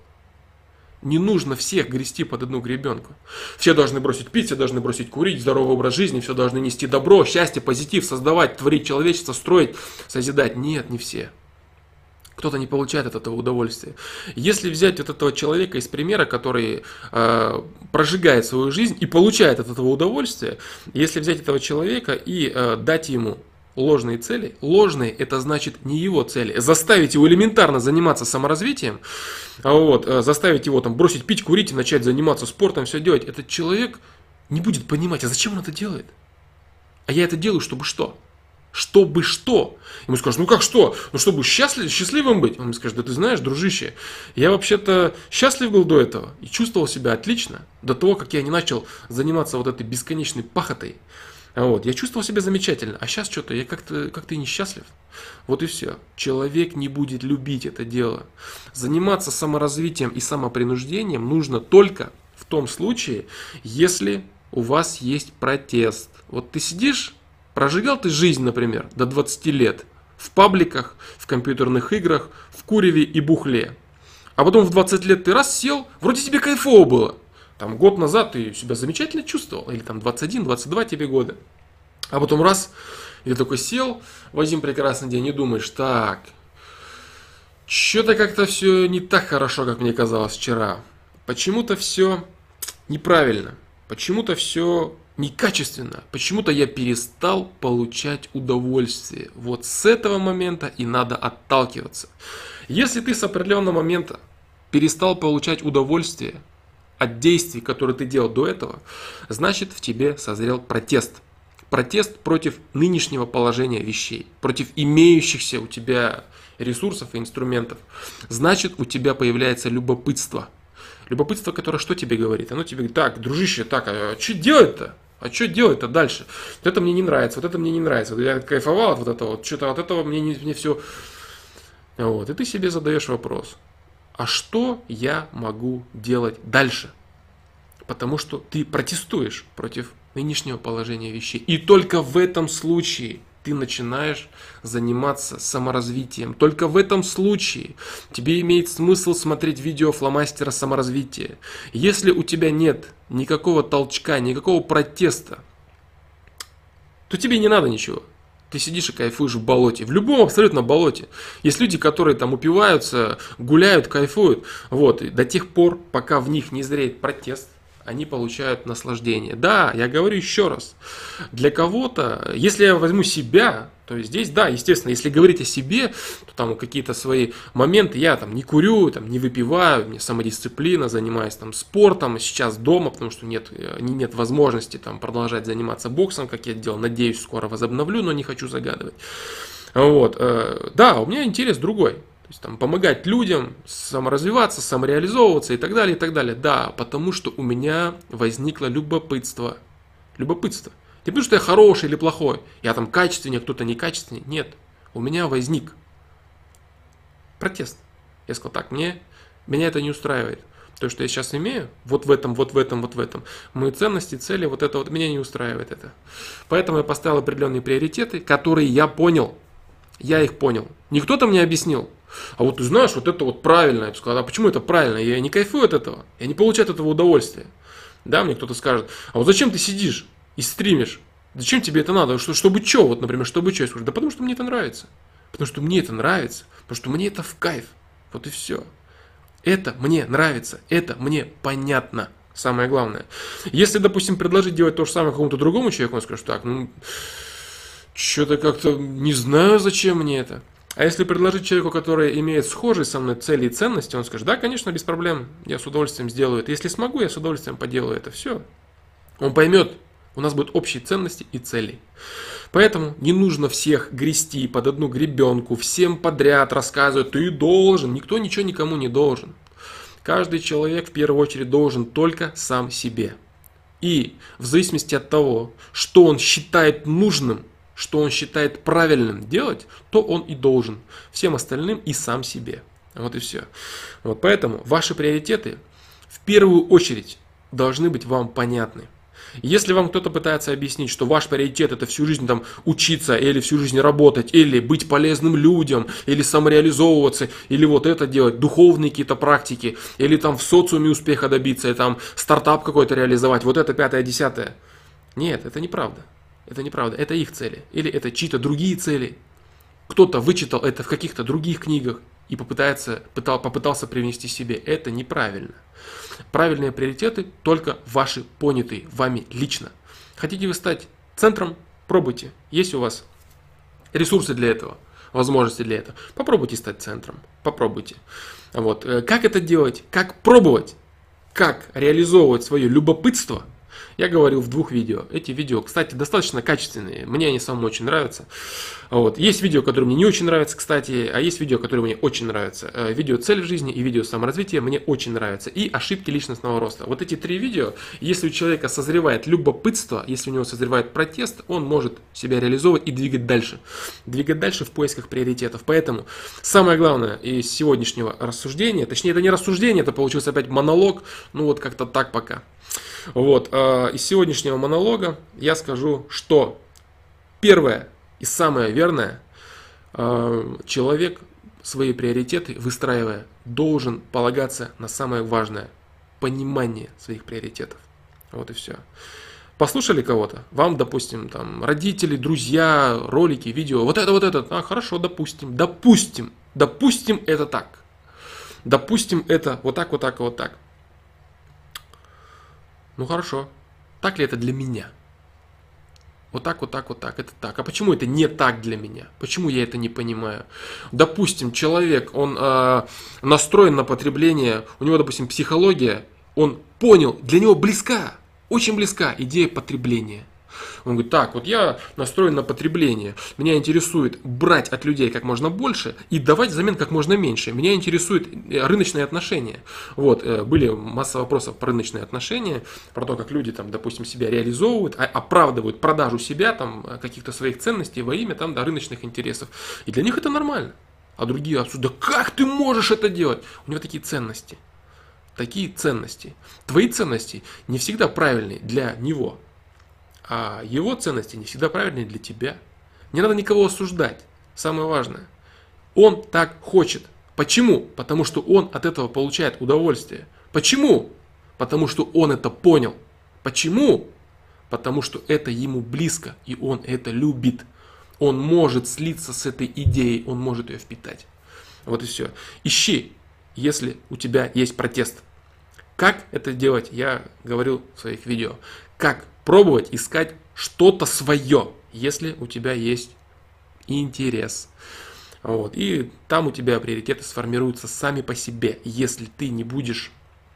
Не нужно всех грести под одну гребенку. Все должны бросить пить, все должны бросить курить, здоровый образ жизни, все должны нести добро, счастье, позитив, создавать, творить человечество, строить, созидать. Нет, не все. Кто-то не получает от этого удовольствия. Если взять вот этого человека из примера, который прожигает свою жизнь и получает от этого удовольствие, если взять этого человека и дать ему ложные цели, ложные — это значит не его цели, заставить его элементарно заниматься саморазвитием, заставить его там бросить пить, курить и начать заниматься спортом, все делать, этот человек не будет понимать, а зачем он это делает? А я это делаю, чтобы что? Чтобы что? Ему скажут: ну как что? Ну чтобы счастливым быть? Он мне скажет: да ты знаешь, дружище, я вообще-то счастлив был до этого и чувствовал себя отлично, до того, как я не начал заниматься вот этой бесконечной пахотой. Я чувствовал себя замечательно, а сейчас что-то я как-то и несчастлив. Вот и все. Человек не будет любить это дело. Заниматься саморазвитием и самопринуждением нужно только в том случае, если у вас есть протест. Вот ты сидишь, прожигал ты жизнь, например, до 20 лет в пабликах, в компьютерных играх, в куреве и бухле. А потом в 20 лет ты раз сел, вроде тебе кайфово было. Там год назад ты себя замечательно чувствовал, или там 21, 22 тебе года. А потом раз, и ты такой сел в один прекрасный день и думаешь: так, что-то как-то все не так хорошо, как мне казалось вчера. Почему-то все неправильно, почему-то все некачественно, почему-то я перестал получать удовольствие. Вот с этого момента и надо отталкиваться. Если ты с определенного момента перестал получать удовольствие от действий, которые ты делал до этого, значит, в тебе созрел протест. Протест против нынешнего положения вещей, против имеющихся у тебя ресурсов и инструментов. Значит, у тебя появляется любопытство. Любопытство, которое что тебе говорит? Оно тебе говорит: так, дружище, так, а что делать-то? А что делать-то дальше? Вот это мне не нравится, вот это мне не нравится. Вот я кайфовал от вот этого, вот что-то от этого мне все... И ты себе задаешь вопрос: а что я могу делать дальше? Потому что ты протестуешь против нынешнего положения вещей. И только в этом случае ты ты начинаешь заниматься саморазвитием. Только в этом случае тебе имеет смысл смотреть видео фломастера саморазвития. Если у тебя нет никакого толчка, никакого протеста, то тебе не надо ничего. Ты сидишь и кайфуешь в болоте, в любом абсолютно болоте. Есть люди, которые там упиваются, гуляют, кайфуют. Вот, и до тех пор, пока в них не зреет протест, они получают наслаждение. Да, я говорю еще раз, для кого-то, если я возьму себя, то здесь, да, естественно, если говорить о себе, то там какие-то свои моменты, я там не курю, там не выпиваю, у меня самодисциплина, занимаюсь там спортом, сейчас дома, потому что нет возможности там продолжать заниматься боксом, как я делал, надеюсь, скоро возобновлю, но не хочу загадывать. Вот, да, у меня интерес другой. То есть там помогать людям, саморазвиваться, самореализовываться и так далее, и так далее. Да, потому что у меня возникло любопытство. Любопытство. Не потому что я хороший или плохой, я там качественнее, а кто-то некачественнее. Нет, у меня возник протест. Я сказал так, меня это не устраивает. То, что я сейчас имею, вот в этом, вот в этом, вот в этом. Мои ценности, цели, вот это вот, меня не устраивает это. Поэтому я поставил определенные приоритеты, которые я понял. Я их понял. Не кто-то мне объяснил. А вот ты знаешь, вот это вот правильно. Я бы сказал, а почему это правильно? Я не кайфую от этого. Я не получаю от этого удовольствия. Да, мне кто-то скажет, а вот зачем ты сидишь и стримишь? Зачем тебе это надо? Чтобы что? Вот, например, чтобы что? Я скажу, да потому что мне это нравится. Потому что мне это нравится. Потому что мне это в кайф. Вот и все. Это мне нравится. Это мне понятно. Самое главное. Если, допустим, предложить делать то же самое какому-то другому человеку, он скажет, так, ну, что-то как-то не знаю, зачем мне это. А если предложить человеку, который имеет схожие со мной цели и ценности, он скажет, да, конечно, без проблем, я с удовольствием сделаю это. Если смогу, я с удовольствием поделаю это. Все. Он поймет, у нас будут общие ценности и цели. Поэтому не нужно всех грести под одну гребенку, всем подряд рассказывать, ты должен. Никто ничего никому не должен. Каждый человек в первую очередь должен только сам себе. И в зависимости от того, что он считает нужным, что он считает правильным делать, то он и должен всем остальным и сам себе. Вот и все. Вот поэтому ваши приоритеты в первую очередь должны быть вам понятны. Если вам кто-то пытается объяснить, что ваш приоритет это всю жизнь там учиться, или всю жизнь работать, или быть полезным людям, или самореализовываться, или вот это делать, духовные какие-то практики, или там в социуме успеха добиться, и там стартап какой-то реализовать, вот это 5-10. Нет, это неправда. Это неправда, это их цели. Или это чьи-то другие цели. Кто-то вычитал это в каких-то других книгах и попытался привнести себе. Это неправильно. Правильные приоритеты только ваши, понятые вами лично. Хотите вы стать центром? Пробуйте. Есть у вас ресурсы для этого, возможности для этого. Попробуйте стать центром. Попробуйте. Вот. Как это делать? Как пробовать? Как реализовывать свое любопытство? Я говорил в 2 видео. Эти видео, кстати, достаточно качественные. Мне они самому очень нравятся. Вот. Есть видео, которые мне не очень нравятся, кстати, а есть видео, которые мне очень нравятся. Видео «Цель в жизни» и видео «Саморазвитие» мне очень нравятся. И «Ошибки личностного роста». Вот эти 3 видео, если у человека созревает любопытство, если у него созревает протест, он может себя реализовывать и двигать дальше. Двигать дальше в поисках приоритетов. Поэтому самое главное из сегодняшнего рассуждения, точнее это не рассуждение, это получился опять монолог, ну вот как-то так пока. Вот, из сегодняшнего монолога я скажу, что первое и самое верное, человек свои приоритеты выстраивая должен полагаться на самое важное – понимание своих приоритетов. Вот и все. Послушали кого-то? Вам, допустим, там родители, друзья, ролики, видео, вот это, хорошо, допустим, это так. Допустим, это вот так, вот так, вот так. Ну хорошо, так ли это для меня? Вот так, вот так, вот так, это так. А почему это не так для меня? Почему я это не понимаю? Допустим, человек, он настроен на потребление, у него, допустим, психология, он понял, для него близка, очень близка идея потребления. Он говорит, так, вот я настроен на потребление, меня интересует брать от людей как можно больше и давать взамен как можно меньше. Меня интересует рыночные отношения. Вот, были масса вопросов про рыночные отношения, про то, как люди, там, допустим, себя реализовывают, оправдывают продажу себя, там, каких-то своих ценностей во имя там, рыночных интересов. И для них это нормально. А другие обсуждают, да как ты можешь это делать? У него такие ценности. Такие ценности. Твои ценности не всегда правильные для него. А его ценности не всегда правильные для тебя. Не надо никого осуждать. Самое важное. Он так хочет. Почему? Потому что он от этого получает удовольствие. Почему? Потому что он это понял. Почему? Потому что это ему близко, и он это любит. Он может слиться с этой идеей, он может ее впитать. Вот и все. Ищи, если у тебя есть протест. Как это делать, я говорил в своих видео. Как пробовать искать что-то свое, если у тебя есть интерес. Вот. И там у тебя приоритеты сформируются сами по себе, если ты не будешь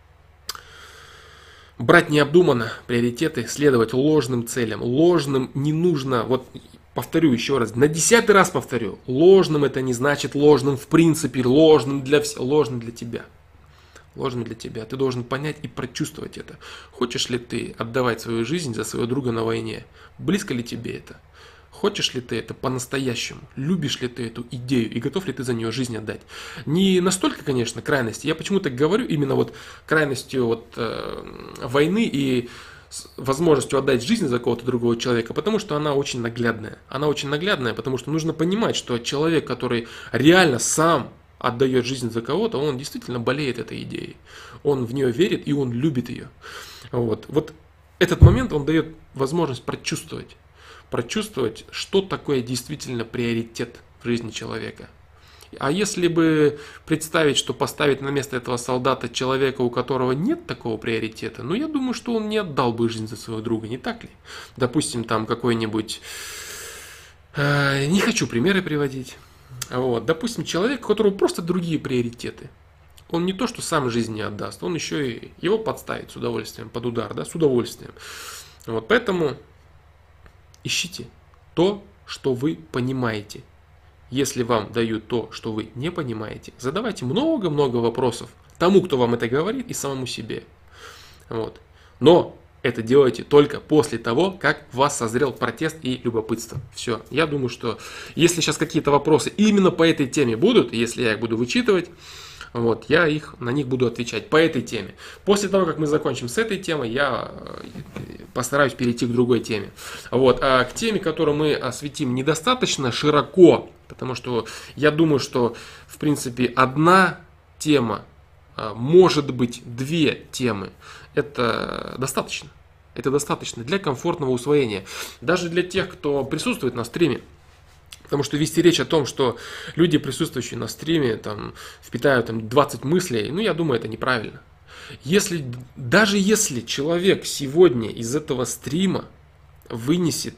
брать необдуманно приоритеты, следовать ложным целям. Ложным не нужно, вот повторю еще раз, на 10-й раз повторю, ложным это не значит ложным в принципе, ложным для всех, ложным для тебя. Ложным для тебя. Ты должен понять и прочувствовать это. Хочешь ли ты отдавать свою жизнь за своего друга на войне? Близко ли тебе это? Хочешь ли ты это по-настоящему? Любишь ли ты эту идею и готов ли ты за нее жизнь отдать? Не настолько, конечно, крайности. Я почему-то говорю именно вот крайностью войны и возможностью отдать жизнь за кого-то другого человека, потому что она очень наглядная. Она очень наглядная, потому что нужно понимать, что человек, который реально сам отдает жизнь за кого-то, он действительно болеет этой идеей. Он в нее верит и он любит ее. Вот этот момент он дает возможность прочувствовать, что такое действительно приоритет в жизни человека. А если бы представить, что поставить на место этого солдата человека, у которого нет такого приоритета, я думаю, что он не отдал бы жизнь за своего друга, не так ли? Допустим, там какой-нибудь... Не хочу примеры приводить. Допустим, человек, у которого просто другие приоритеты. Он не то, что сам жизнь не отдаст, он еще и его подставит с удовольствием, под удар, да, с удовольствием. Поэтому ищите то, что вы понимаете. Если вам дают то, что вы не понимаете, задавайте много-много вопросов тому, кто вам это говорит, и самому себе. Но это делайте только после того, как в вас созрел протест и любопытство. Все. Я думаю, что если сейчас какие-то вопросы именно по этой теме будут, если я их буду вычитывать, я на них буду отвечать по этой теме. После того, как мы закончим с этой темой, я постараюсь перейти к другой теме. А к теме, которую мы осветим недостаточно широко, потому что я думаю, что в принципе одна тема, может быть две темы, это достаточно. Это достаточно для комфортного усвоения. Даже для тех, кто присутствует на стриме. Потому что вести речь о том, что люди, присутствующие на стриме, впитают 20 мыслей, я думаю, это неправильно. Даже если человек сегодня из этого стрима вынесет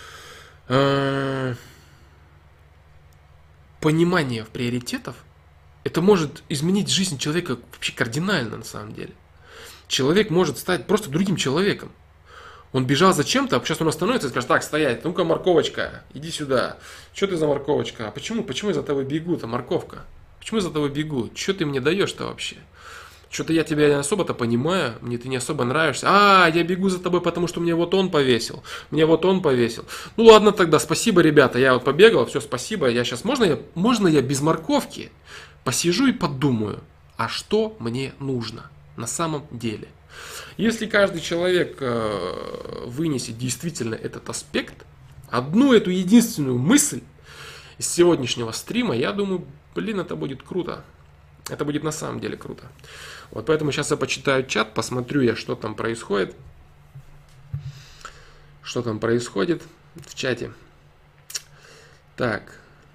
понимание приоритетов, это может изменить жизнь человека вообще кардинально на самом деле. Человек может стать просто другим человеком. Он бежал за чем-то, а сейчас он остановится и скажет: так, стоять, ну-ка, морковочка, иди сюда. Что ты за морковочка? А почему я за тобой бегу-то, морковка? Почему я за тобой бегу? Что ты мне даешь-то вообще? Что-то я тебя не особо-то понимаю, мне ты не особо нравишься. Я бегу за тобой, потому что мне вот он повесил. Ну ладно тогда, спасибо, ребята, я побегал, все, спасибо. Я сейчас, можно я без морковки посижу и подумаю, а что мне нужно на самом деле? Если каждый человек вынесет действительно этот аспект, одну эту единственную мысль из сегодняшнего стрима, я думаю, это будет круто. Это будет на самом деле круто. Поэтому сейчас я почитаю чат, посмотрю что там происходит. Что там происходит в чате. Так.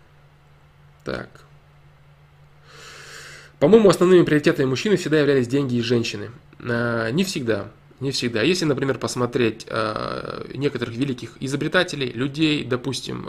По-моему, основными приоритетами мужчины всегда являлись деньги и женщины. Не всегда. Если, например, посмотреть некоторых великих изобретателей, людей, допустим,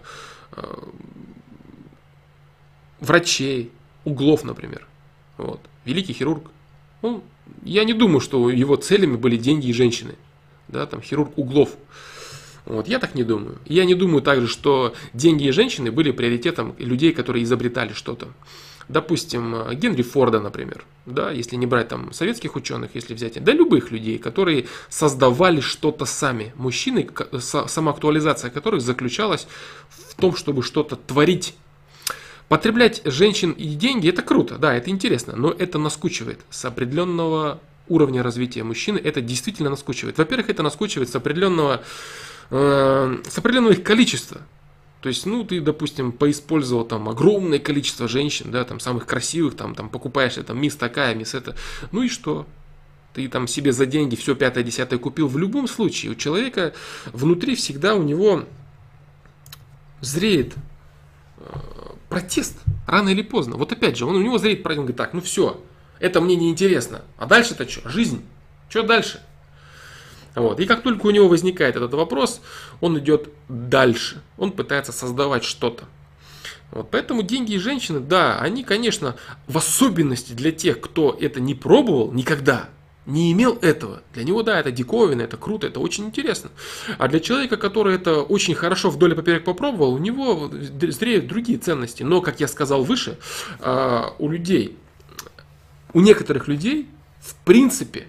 врачей, Углов, например. Великий хирург. Я не думаю, что его целями были деньги и женщины. Да, хирург Углов. Я так не думаю. Я не думаю также, что деньги и женщины были приоритетом людей, которые изобретали что-то. Допустим, Генри Форда, например, да, если не брать советских ученых, если взять, любых людей, которые создавали что-то сами. Мужчины, самоактуализация которых заключалась в том, чтобы что-то творить. Потреблять женщин и деньги — это круто, да, это интересно, но это наскучивает с определенного уровня развития мужчины, это действительно наскучивает. Во-первых, это наскучивает с определенного их количества. То есть, ну, ты, допустим, поиспользовал там огромное количество женщин, да, там, самых красивых, там покупаешь, там, мисс такая, мисс это. Ну и что? Ты там себе за деньги все пятое, десятое купил. В любом случае, у человека внутри всегда у него зреет протест, рано или поздно. Вот опять же, у него зреет протест, он говорит, так, ну все, это мне не интересно. А дальше-то что? Жизнь. Что дальше? Вот. И как только у него возникает этот вопрос, он идет дальше. Он пытается создавать что-то. Вот. Поэтому деньги и женщины, да, они, конечно, в особенности для тех, кто это не пробовал никогда, не имел этого. Для него, да, это диковина, это круто, это очень интересно. А для человека, который это очень хорошо вдоль и поперек попробовал, у него зреют другие ценности. Но, как я сказал выше, у некоторых людей, в принципе,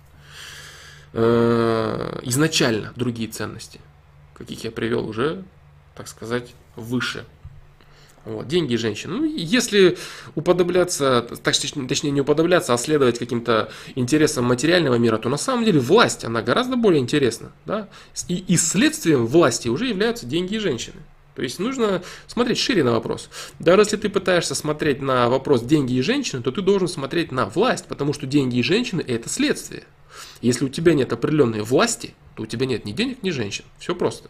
изначально другие ценности, каких я привел уже, так сказать, выше. Вот, деньги и женщины. Ну, если уподобляться, точнее не уподобляться, а следовать каким-то интересам материального мира, то на самом деле власть, она гораздо более интересна. Да? И следствием власти уже являются деньги и женщины. То есть нужно смотреть шире на вопрос. Даже если ты пытаешься смотреть на вопрос деньги и женщины, то ты должен смотреть на власть, потому что деньги и женщины – это следствие. Если у тебя нет определенной власти, то у тебя нет ни денег, ни женщин. Все просто.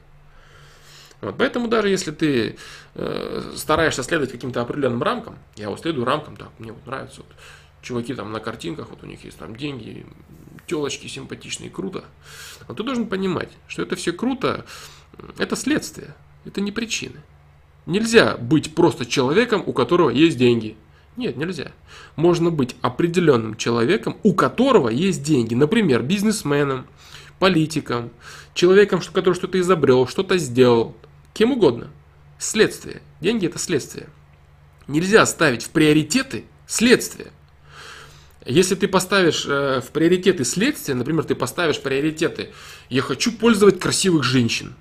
Вот, поэтому даже если ты стараешься следовать каким-то определенным рамкам, я вот следую рамкам, так, мне вот нравятся вот, чуваки там на картинках, вот у них есть там деньги, телочки симпатичные, круто. Но ты должен понимать, что это все круто, это следствие, это не причины. Нельзя быть просто человеком, у которого есть деньги. Нет, нельзя. Можно быть определенным человеком, у которого есть деньги. Например, бизнесменом, политиком, человеком, который что-то изобрел, что-то сделал. Кем угодно. Следствие. Деньги – это следствие. Нельзя ставить в приоритеты следствие. Если ты поставишь в приоритеты следствия, например, ты поставишь в приоритеты «я хочу пользовать красивых женщин».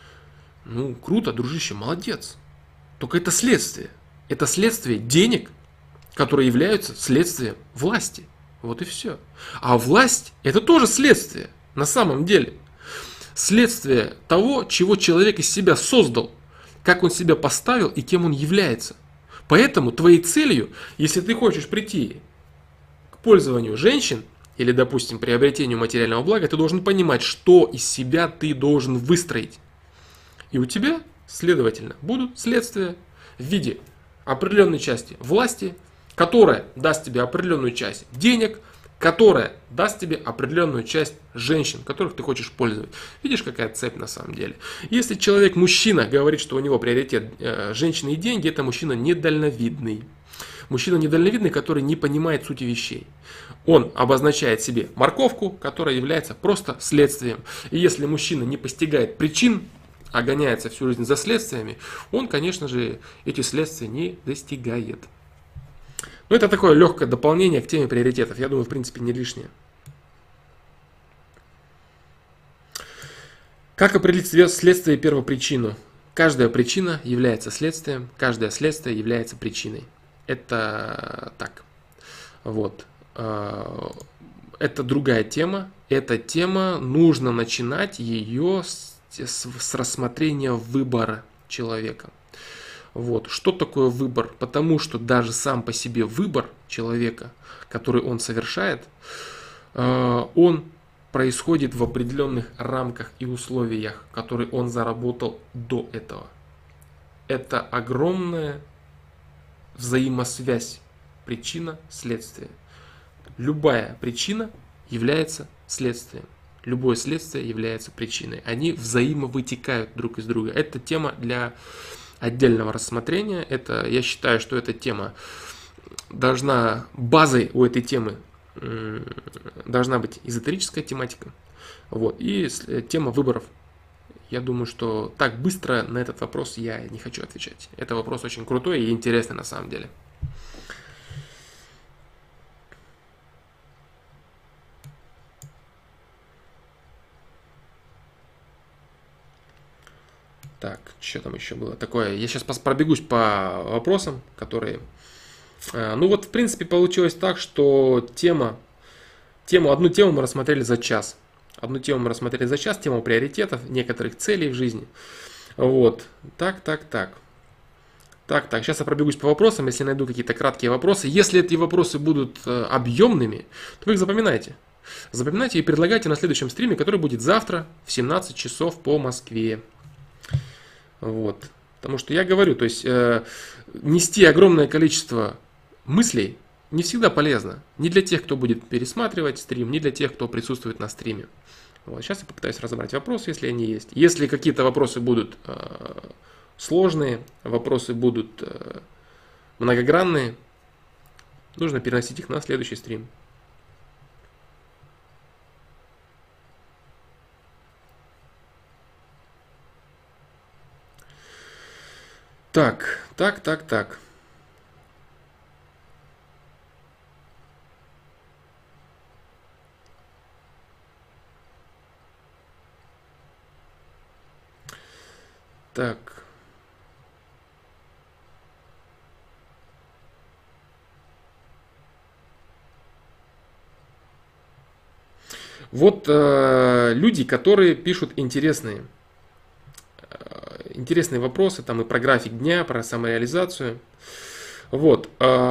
Ну, круто, дружище, молодец. Только это следствие. Это следствие денег, которые являются следствием власти. Вот и все. А власть – это тоже следствие на самом деле. Следствие того, чего человек из себя создал, как он себя поставил и кем он является. Поэтому твоей целью, если ты хочешь прийти к пользованию женщин или, допустим, приобретению материального блага, ты должен понимать, что из себя ты должен выстроить. И у тебя, следовательно, будут следствия в виде определенной части власти, которая даст тебе определенную часть денег, которая даст тебе определенную часть женщин, которых ты хочешь пользовать. Видишь, какая цепь на самом деле. Если человек, мужчина, говорит, что у него приоритет женщины и деньги, это мужчина недальновидный. Мужчина недальновидный, который не понимает сути вещей. Он обозначает себе морковку, которая является просто следствием. И если мужчина не постигает причин, а гоняется всю жизнь за следствиями, он, конечно же, эти следствия не достигает. Ну, это такое легкое дополнение к теме приоритетов. Я думаю, в принципе, не лишнее. Как определить следствие и первопричину? Каждая причина является следствием, каждое следствие является причиной. Это так. Вот. Это другая тема. Эта тема, нужно начинать ее с рассмотрения выбора человека. Вот. Что такое выбор? Потому что даже сам по себе выбор человека, который он совершает, он происходит в определенных рамках и условиях, которые он заработал до этого. Это огромная взаимосвязь причина-следствие. Любая причина является следствием. Любое следствие является причиной. Они взаимовытекают друг из друга. Это тема для отдельного рассмотрения. Это, я считаю, что эта тема должна, базой у этой темы должна быть эзотерическая тематика. Вот. И тема выборов. Я думаю, что так быстро на этот вопрос я не хочу отвечать. Это вопрос очень крутой и интересный на самом деле. Так, что там еще было такое? Я сейчас пробегусь по вопросам, которые... Ну вот, в принципе, получилось так, что одну тему мы рассмотрели за час. Тему приоритетов, некоторых целей в жизни. Вот. Так, так, так. Так, так, сейчас я пробегусь по вопросам, если найду какие-то краткие вопросы. Если эти вопросы будут объемными, то вы их запоминайте. Запоминайте и предлагайте на следующем стриме, который будет завтра в 17 часов по Москве. Вот. Потому что я говорю, то есть нести огромное количество мыслей не всегда полезно. Ни для тех, кто будет пересматривать стрим, ни для тех, кто присутствует на стриме. Вот. Сейчас я попытаюсь разобрать вопросы, если они есть. Если какие-то вопросы будут сложные, вопросы будут многогранные, нужно переносить их на следующий стрим. Так, так, так, так. Так. Вот люди, которые пишут интересные вопросы, там и про график дня, про самореализацию. Вот.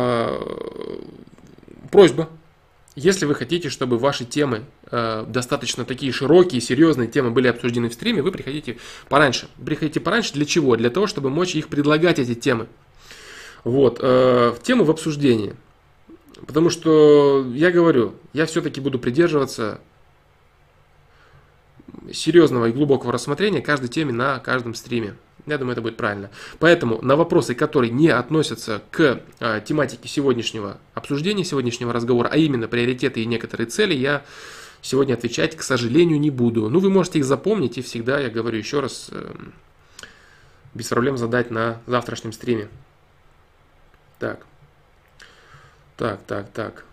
Просьба. Если вы хотите, чтобы ваши темы, достаточно такие широкие, серьезные темы были обсуждены в стриме, вы приходите пораньше. Приходите пораньше для чего? Для того, чтобы мочь их предлагать, эти темы. Вот. Темы в обсуждении. Потому что, я говорю, я все-таки буду придерживаться серьезного и глубокого рассмотрения каждой теме на каждом стриме. Я думаю, это будет правильно. Поэтому на вопросы, которые не относятся к тематике сегодняшнего обсуждения, сегодняшнего разговора, а именно приоритеты и некоторые цели, я сегодня отвечать, к сожалению, не буду. Ну, вы можете их запомнить и всегда, я говорю еще раз, без проблем задать на завтрашнем стриме. Так. Так.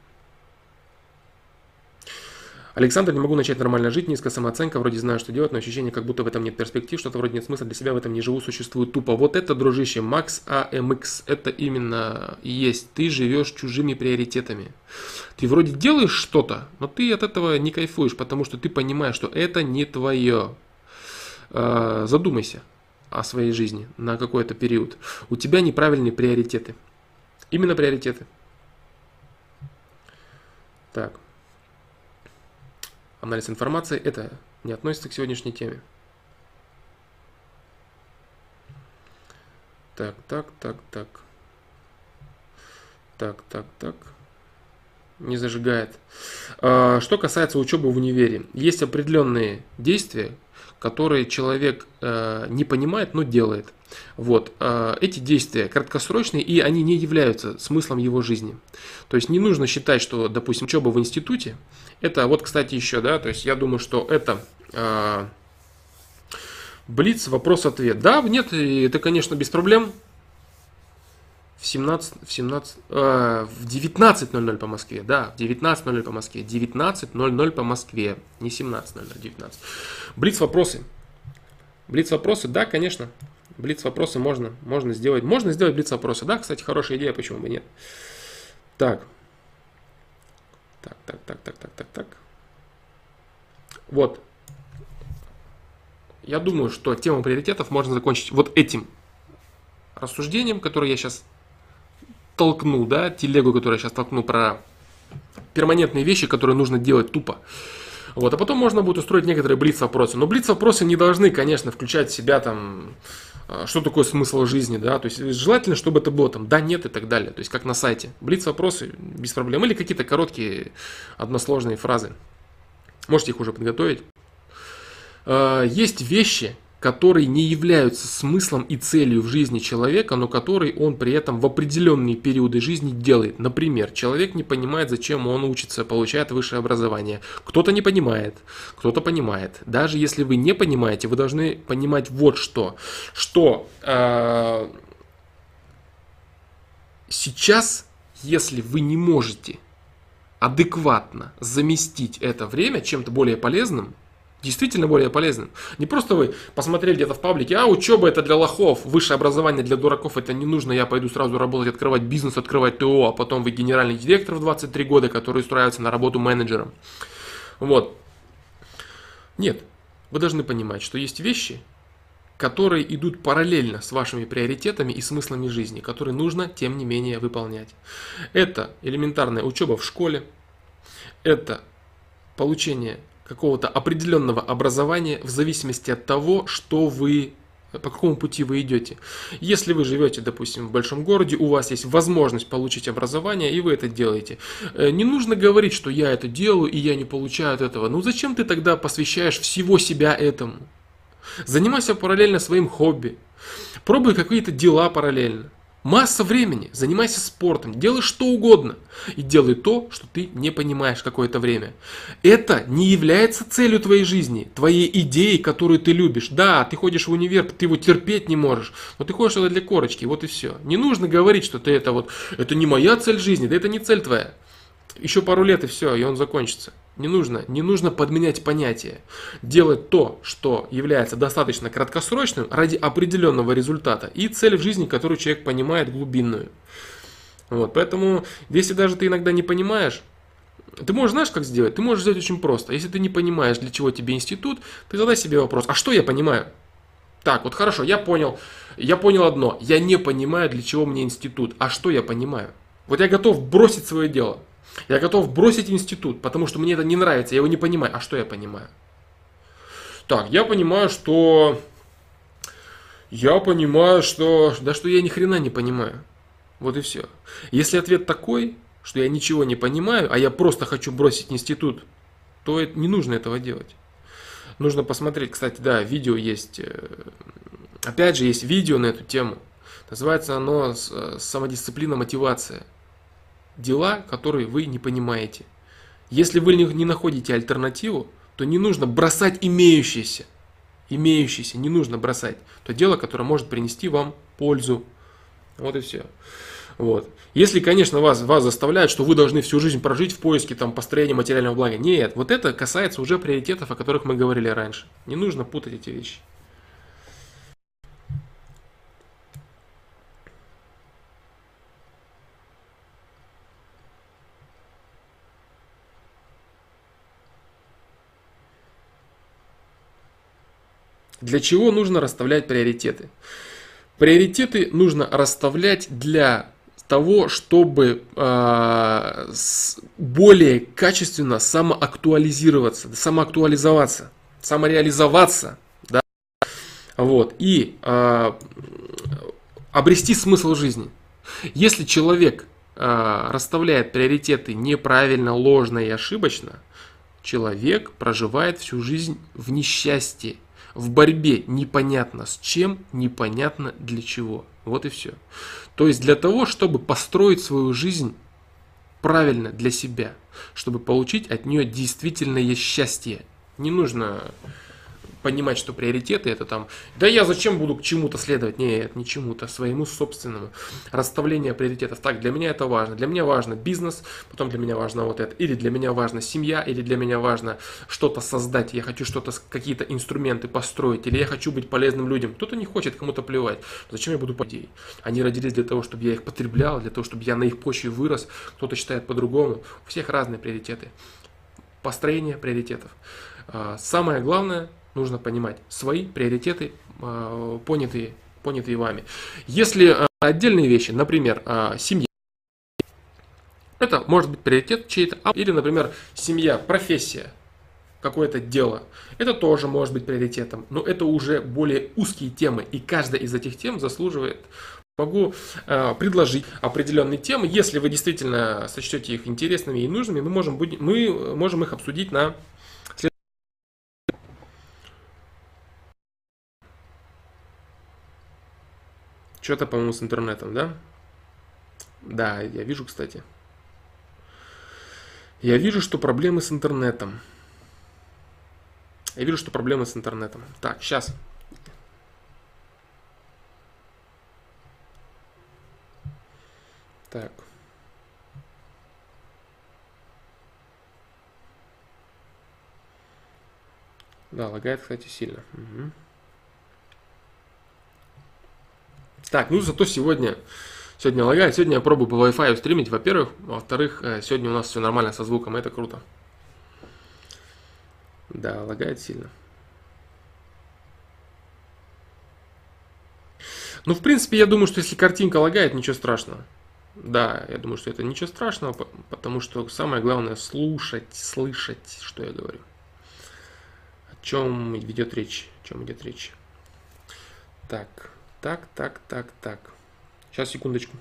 Александр, не могу начать нормально жить, низкая самооценка, вроде знаю, что делать, но ощущение, как будто в этом нет перспектив, что-то вроде нет смысла, для себя в этом не живу, существую тупо. Вот это, дружище, Макс АМХ, это именно и есть. Ты живешь чужими приоритетами. Ты вроде делаешь что-то, но ты от этого не кайфуешь, потому что ты понимаешь, что это не твое. Задумайся о своей жизни на какой-то период. У тебя неправильные приоритеты. Именно приоритеты. Так. Анализ информации, это не относится к сегодняшней теме. Так. Не зажигает. Что касается учебы в универе. Есть определенные действия, которые человек не понимает, но делает. Вот. Эти действия краткосрочные, и они не являются смыслом его жизни. То есть не нужно считать, что, допустим, учеба в институте, это вот, кстати, еще, да, то есть я думаю, что это блиц, вопрос-ответ. Да, нет, это, конечно, без проблем. В 19:00 по Москве, да, в 19:00 по Москве, 19:00 по Москве, не 17:00, 19. Блиц-вопросы. Блиц-вопросы, да, конечно. Блиц-вопросы можно сделать. Можно сделать блиц-вопросы. Да, кстати, хорошая идея, почему бы нет. Так. Вот. Я думаю, что тему приоритетов можно закончить вот этим рассуждением, которое я сейчас толкну, да, телегу, которую я сейчас толкну про перманентные вещи, которые нужно делать тупо. Вот, а потом можно будет устроить некоторые блиц-вопросы. Но блиц-вопросы не должны, конечно, включать в себя там, что такое смысл жизни, да, то есть желательно, чтобы это было там да, нет и так далее, то есть как на сайте. Блиц-вопросы без проблем или какие-то короткие односложные фразы. Можете их уже подготовить. Есть вещи, которые не являются смыслом и целью в жизни человека, но которые он при этом в определенные периоды жизни делает. Например, человек не понимает, зачем он учится, получает высшее образование. Кто-то не понимает, кто-то понимает. Даже если вы не понимаете, вы должны понимать вот что. Что сейчас, если вы не можете адекватно заместить это время чем-то более полезным, действительно более полезным. Не просто вы посмотрели где-то в паблике, учеба это для лохов, высшее образование для дураков это не нужно, я пойду сразу работать, открывать бизнес, открывать ТО, а потом вы генеральный директор в 23 года, который устраивается на работу менеджером. Вот. Нет, вы должны понимать, что есть вещи, которые идут параллельно с вашими приоритетами и смыслами жизни, которые нужно, тем не менее, выполнять. Это элементарная учеба в школе, это получение какого-то определенного образования в зависимости от того, по какому пути вы идете. Если вы живете, допустим, в большом городе, у вас есть возможность получить образование, и вы это делаете. Не нужно говорить, что я это делаю, и я не получаю от этого. Ну зачем ты тогда посвящаешь всего себя этому? Занимайся параллельно своим хобби. Пробуй какие-то дела параллельно. Масса времени, занимайся спортом, делай что угодно. И делай то, что ты не понимаешь какое-то время. Это не является целью твоей жизни, твоей идеей, которую ты любишь. Да, ты ходишь в универ, ты его терпеть не можешь, но ты ходишь туда для корочки, вот и все. Не нужно говорить, что ты это не моя цель жизни, да это не цель твоя. Еще пару лет и все, и он закончится. Не нужно подменять понятия. Делать то, что является достаточно краткосрочным ради определенного результата и цель в жизни, которую человек понимает глубинную. Вот, поэтому, если даже ты иногда не понимаешь, ты можешь, знаешь, как сделать? Ты можешь сделать очень просто. Если ты не понимаешь, для чего тебе институт, ты задай себе вопрос, а что я понимаю? Так, вот хорошо, я понял одно, я не понимаю, для чего мне институт, а что я понимаю? Вот я готов бросить свое дело. Я готов бросить институт, потому что мне это не нравится, я его не понимаю. А что я понимаю? Так, я понимаю, что да что я ни хрена не понимаю. Вот и все. Если ответ такой, что я ничего не понимаю, а я просто хочу бросить институт, то не нужно этого делать. Нужно посмотреть, кстати, да, видео есть. Опять же, есть видео на эту тему. Называется оно «Самодисциплина, мотивация». Дела, которые вы не понимаете. Если вы не находите альтернативу, то не нужно бросать имеющееся. Не нужно бросать. То дело, которое может принести вам пользу. Вот и все. Вот. Если, конечно, вас заставляют, что вы должны всю жизнь прожить в поиске построения материального блага. Нет, вот это касается уже приоритетов, о которых мы говорили раньше. Не нужно путать эти вещи. Для чего нужно расставлять приоритеты? Приоритеты нужно расставлять для того, чтобы более качественно самоактуализоваться, самореализоваться, да? Вот, и обрести смысл жизни. Если человек расставляет приоритеты неправильно, ложно и ошибочно, человек проживает всю жизнь в несчастье, в борьбе непонятно с чем, непонятно для чего. Вот и все. То есть для того, чтобы построить свою жизнь правильно для себя, чтобы получить от нее действительное счастье, не нужно понимать, что приоритеты это да я зачем буду к чему-то следовать? Нет, не чему-то, своему собственному. Расставление приоритетов. Так, для меня это важно. Для меня важно бизнес, потом для меня важно вот это. Или для меня важна семья, или для меня важно что-то создать. Я хочу какие-то инструменты построить, или я хочу быть полезным людям. Кто-то не хочет, кому-то плевать. Зачем я буду по идее? Они родились для того, чтобы я их потреблял, для того, чтобы я на их почве вырос. Кто-то считает по-другому. У всех разные приоритеты. Построение приоритетов. Самое главное, нужно понимать свои приоритеты, понятые вами. Если отдельные вещи, например, семья, это может быть приоритет чей-то, или, например, семья, профессия, какое-то дело, это тоже может быть приоритетом, но это уже более узкие темы, и каждая из этих тем заслуживает. Могу предложить определенные темы, если вы действительно сочтете их интересными и нужными, мы можем их обсудить на Что-то, по-моему, с интернетом, да? Да, я вижу, кстати. Я вижу, что проблемы с интернетом. Так, сейчас. Так. Да, лагает, кстати, сильно. Угу. Так, ну зато сегодня лагает. Сегодня я пробую по Wi-Fi стримить, во-первых. Во-вторых, сегодня у нас все нормально со звуком, это круто. Да, лагает сильно. Ну, в принципе, я думаю, что если картинка лагает, ничего страшного. Да, я думаю, что это ничего страшного, потому что самое главное слушать, слышать, что я говорю. О чем идет речь? О чем идет речь? Так, так. Сейчас, секундочку.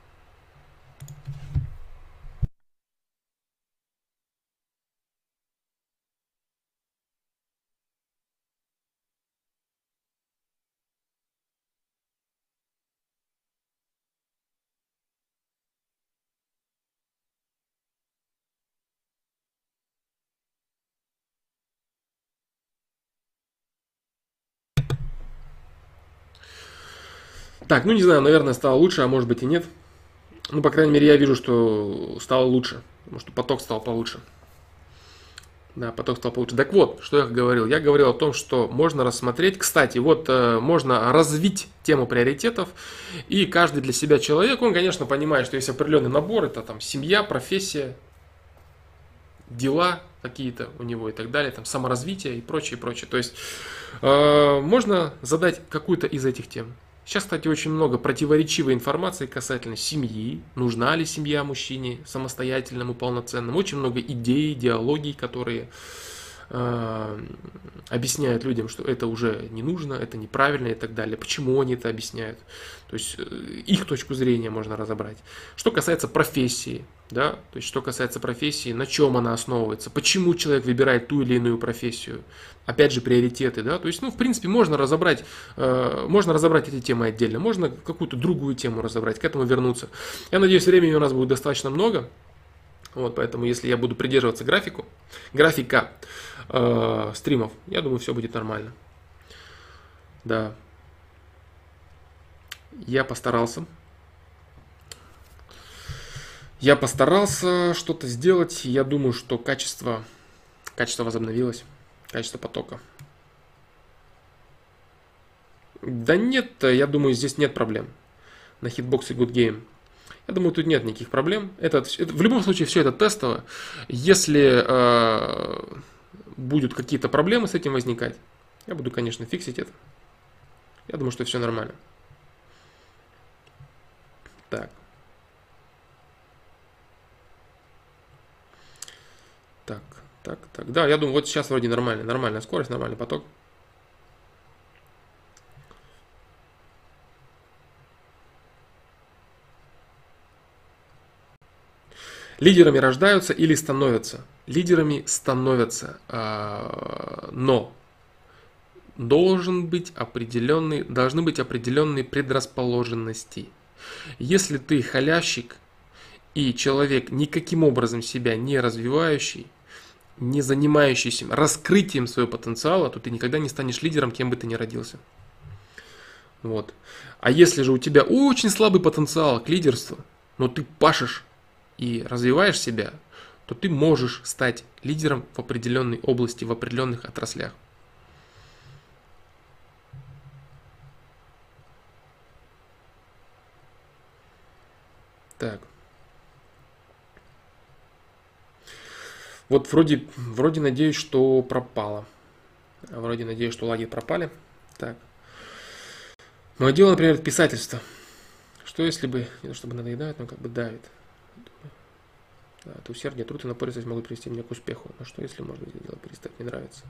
Так, ну не знаю, наверное, стало лучше, а может быть и нет. Ну, по крайней мере, я вижу, что стало лучше. Потому что поток стал получше. Да, поток стал получше. Так вот, что я говорил? Я говорил о том, что можно рассмотреть. Кстати, вот можно развить тему приоритетов. И каждый для себя человек, он, конечно, понимает, что есть определенный набор. Это там семья, профессия, дела какие-то у него и так далее. Там саморазвитие и прочее, прочее. То есть можно задать какую-то из этих тем. Сейчас, кстати, очень много противоречивой информации касательно семьи, нужна ли семья мужчине самостоятельному, полноценному. Очень много идей, идеологий, которые объясняют людям, что это уже не нужно, это неправильно и так далее. Почему они это объясняют? То есть их точку зрения можно разобрать. Что касается профессии, да, то есть что касается профессии, на чем она основывается, почему человек выбирает ту или иную профессию, опять же приоритеты, да, то есть, ну, в принципе, можно разобрать эти темы отдельно, можно какую-то другую тему разобрать, к этому вернуться. Я надеюсь, времени у нас будет достаточно много. Вот, поэтому, если я буду придерживаться графика стримов, я думаю, все будет нормально. Да. Я постарался что-то сделать. Я думаю, что качество возобновилось, качество потока. Да нет, я думаю, здесь нет проблем. На Hitbox и Good Game. Я думаю, тут нет никаких проблем. В любом случае, все это тестово. Если будут какие-то проблемы с этим возникать, я буду, конечно, фиксить это. Я думаю, что все нормально. Так. Да, я думаю, вот сейчас вроде нормальная скорость, нормальный поток. Лидерами рождаются или становятся? Лидерами становятся, но должны быть определенные предрасположенности. Если ты халявщик и человек никаким образом себя не развивающий, не занимающийся раскрытием своего потенциала, то ты никогда не станешь лидером, кем бы ты ни родился. Вот. А если же у тебя очень слабый потенциал к лидерству, но ты пашешь и развиваешь себя, то ты можешь стать лидером в определенной области, в определенных отраслях. Так. Вот вроде надеюсь, что пропало. Вроде надеюсь, что лаги пропали. Так. Мое дело, например, писательство. Что если бы, не то чтобы надоедает, но как бы давит. Да, это усердие, труд и напористость могут привести меня к успеху. Но что если можно это дело перестать мне нравиться?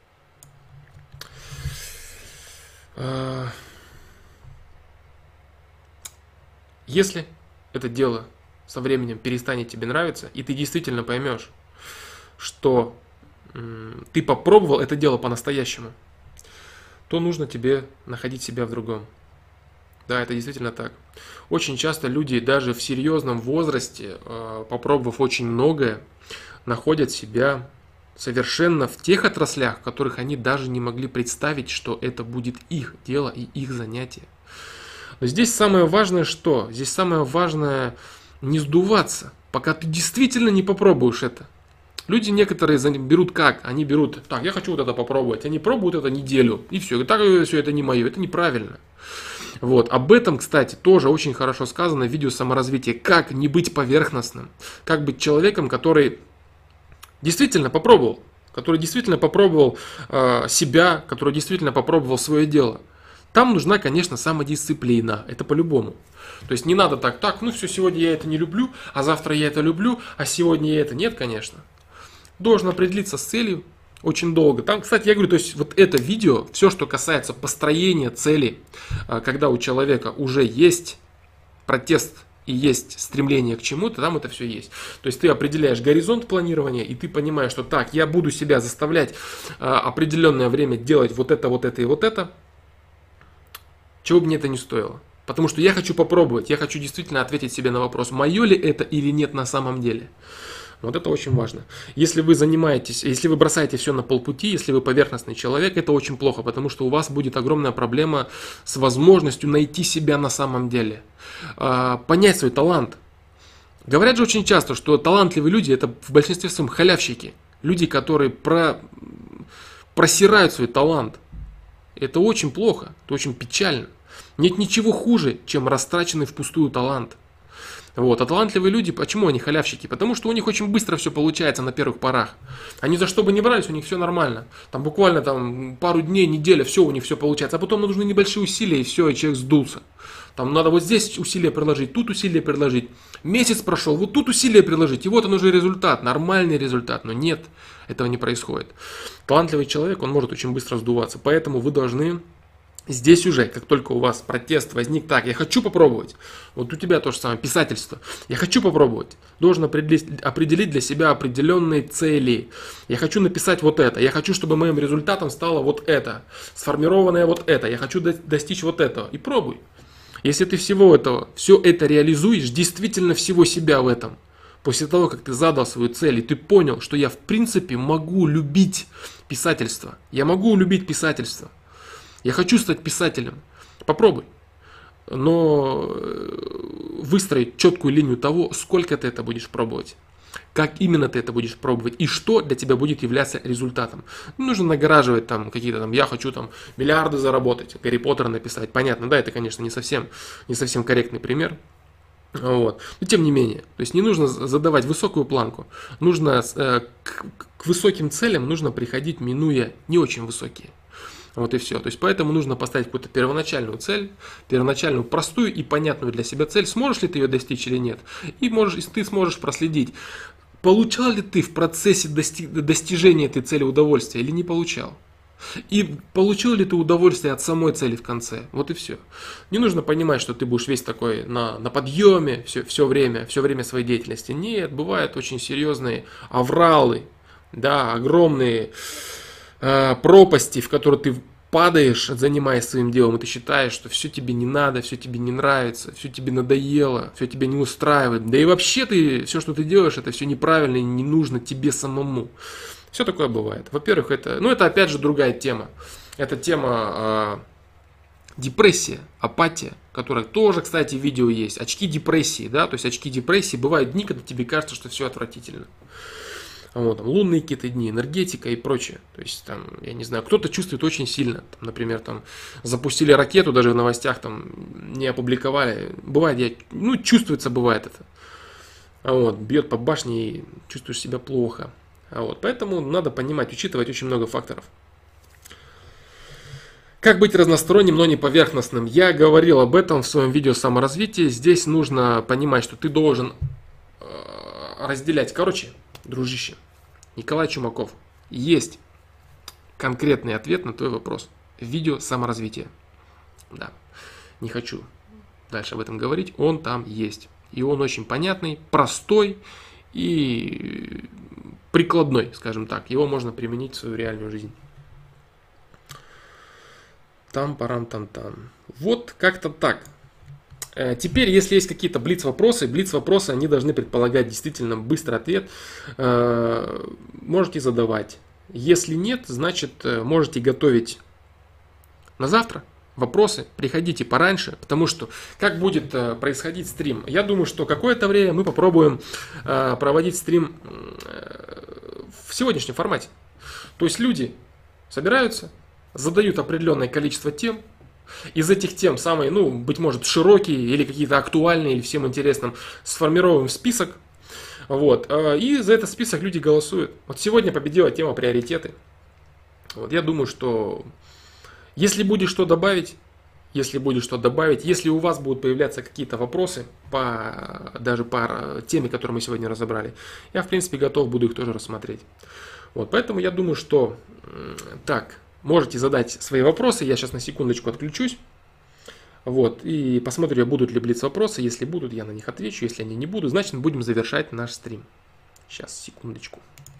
Если это дело со временем перестанет тебе нравиться, и ты действительно поймешь, что ты попробовал это дело по-настоящему, то нужно тебе находить себя в другом. Да, это действительно так. Очень часто люди даже в серьезном возрасте, попробовав очень многое, находят себя совершенно в тех отраслях, в которых они даже не могли представить, что это будет их дело и их занятие. Но здесь самое важное что? Здесь самое важное не сдуваться, пока ты действительно не попробуешь это. Люди некоторые берут как? Они берут, так, я хочу вот это попробовать. Они пробуют это неделю, и все. И так все это не мое, это неправильно. Вот. Об этом, кстати, тоже очень хорошо сказано в видео саморазвития. Как не быть поверхностным. Как быть человеком, который действительно попробовал. Который действительно попробовал себя, который действительно попробовал свое дело. Там нужна, конечно, самодисциплина, это по-любому. То есть не надо так, ну все, сегодня я это не люблю, а завтра я это люблю, а сегодня я это нет, конечно. Должен определиться с целью очень долго. Там, кстати, я говорю, то есть вот это видео, все, что касается построения цели, когда у человека уже есть протест и есть стремление к чему-то, там это все есть. То есть ты определяешь горизонт планирования, и ты понимаешь, что так, я буду себя заставлять определенное время делать вот это и вот это, чего бы мне это не стоило. Потому что я хочу попробовать, я хочу действительно ответить себе на вопрос, мое ли это или нет на самом деле. Вот это очень важно. Если вы занимаетесь, если вы бросаете все на полпути, если вы поверхностный человек, это очень плохо, потому что у вас будет огромная проблема с возможностью найти себя на самом деле. Понять свой талант. Говорят же очень часто, что талантливые люди это в большинстве своем халявщики. Люди, которые просирают свой талант. Это очень плохо, это очень печально. Нет ничего хуже, чем растраченный впустую талант. Вот. А талантливые люди, почему они халявщики? Потому что у них очень быстро все получается на первых порах. Они за что бы ни брались, у них все нормально. Там буквально пару дней, неделя, все у них все получается. А потом нужны небольшие усилия, и все, и человек сдулся. Там надо вот здесь усилия приложить, тут усилия приложить. Месяц прошел, вот тут усилия приложить. И вот он уже результат, нормальный результат. Но нет, этого не происходит. Талантливый человек, он может очень быстро сдуваться. Поэтому вы должны... Здесь уже, как только у вас протест возник, так, я хочу попробовать. Вот у тебя то же самое, писательство. Я хочу попробовать. Должен определить для себя определенные цели. Я хочу написать вот это. Я хочу, чтобы моим результатом стало вот это. Сформированное вот это. Я хочу достичь вот этого. И пробуй. Если ты все это реализуешь, действительно всего себя в этом. После того, как ты задал свою цель, и ты понял, что я в принципе могу любить писательство. Я могу любить писательство. Я хочу стать писателем. Попробуй. Но выстроить четкую линию того, сколько ты это будешь пробовать. Как именно ты это будешь пробовать. И что для тебя будет являться результатом. Не нужно нагораживать какие-то я хочу миллиарды заработать, Гарри Поттера написать. Понятно, да, это, конечно, не совсем корректный пример. Вот. Но тем не менее, то есть не нужно задавать высокую планку. Нужно к высоким целям нужно приходить, минуя не очень высокие. Вот и все. То есть поэтому нужно поставить какую-то первоначальную цель, первоначальную простую и понятную для себя цель. Сможешь ли ты ее достичь или нет? И ты сможешь проследить, получал ли ты в процессе достижения этой цели удовольствие или не получал. И получил ли ты удовольствие от самой цели в конце. Вот и все. Не нужно понимать, что ты будешь весь такой на подъеме все время своей деятельности. Нет, бывают очень серьезные авралы, да, огромные пропасти, в которые ты падаешь, занимаясь своим делом, и ты считаешь, что все тебе не надо, все тебе не нравится, все тебе надоело, все тебя не устраивает. Да и вообще все, что ты делаешь, это все неправильно и не нужно тебе самому. Все такое бывает. Во-первых, это опять же другая тема. Это тема депрессия, апатия, которая тоже, кстати, в видео есть. Очки депрессии, да, то есть очки депрессии. Бывают дни, когда тебе кажется, что все отвратительно. Вот, лунные какие-то дни, энергетика и прочее. То есть, я не знаю, кто-то чувствует очень сильно. Например, запустили ракету, даже в новостях не опубликовали. Бывает, чувствуется, бывает это. Вот, бьет по башне и чувствуешь себя плохо. Вот, поэтому надо понимать, учитывать очень много факторов. Как быть разносторонним, но не поверхностным? Я говорил об этом в своем видео саморазвития. Здесь нужно понимать, что ты должен разделять. Короче, дружище, Николай Чумаков, есть конкретный ответ на твой вопрос. Видео саморазвития. Да, не хочу дальше об этом говорить. Он там есть. И он очень понятный, простой и прикладной, скажем так. Его можно применить в свою реальную жизнь. Там-парам-там-там. Вот как-то так. Теперь, если есть какие-то блиц-вопросы, они должны предполагать действительно быстрый ответ. Можете задавать. Если нет, значит, можете готовить на завтра вопросы. Приходите пораньше, потому что как будет происходить стрим? Я думаю, что какое-то время мы попробуем проводить стрим в сегодняшнем формате. То есть люди собираются, задают определенное количество тем. Из этих тем самые, быть может, широкие или какие-то актуальные, или всем интересным, сформируем список. Вот, и за этот список люди голосуют. Вот сегодня победила тема приоритеты. Вот, я думаю, что если будет что добавить, если будет что добавить. Если у вас будут появляться какие-то вопросы, даже по теме, которую мы сегодня разобрали, я, в принципе, готов буду их тоже рассмотреть. Вот, поэтому я думаю, что так, можете задать свои вопросы. Я сейчас на секундочку отключусь. Вот, и посмотрю, будут ли блиц-вопросы. Если будут, я на них отвечу. Если они не будут, значит, мы будем завершать наш стрим. Сейчас, секундочку.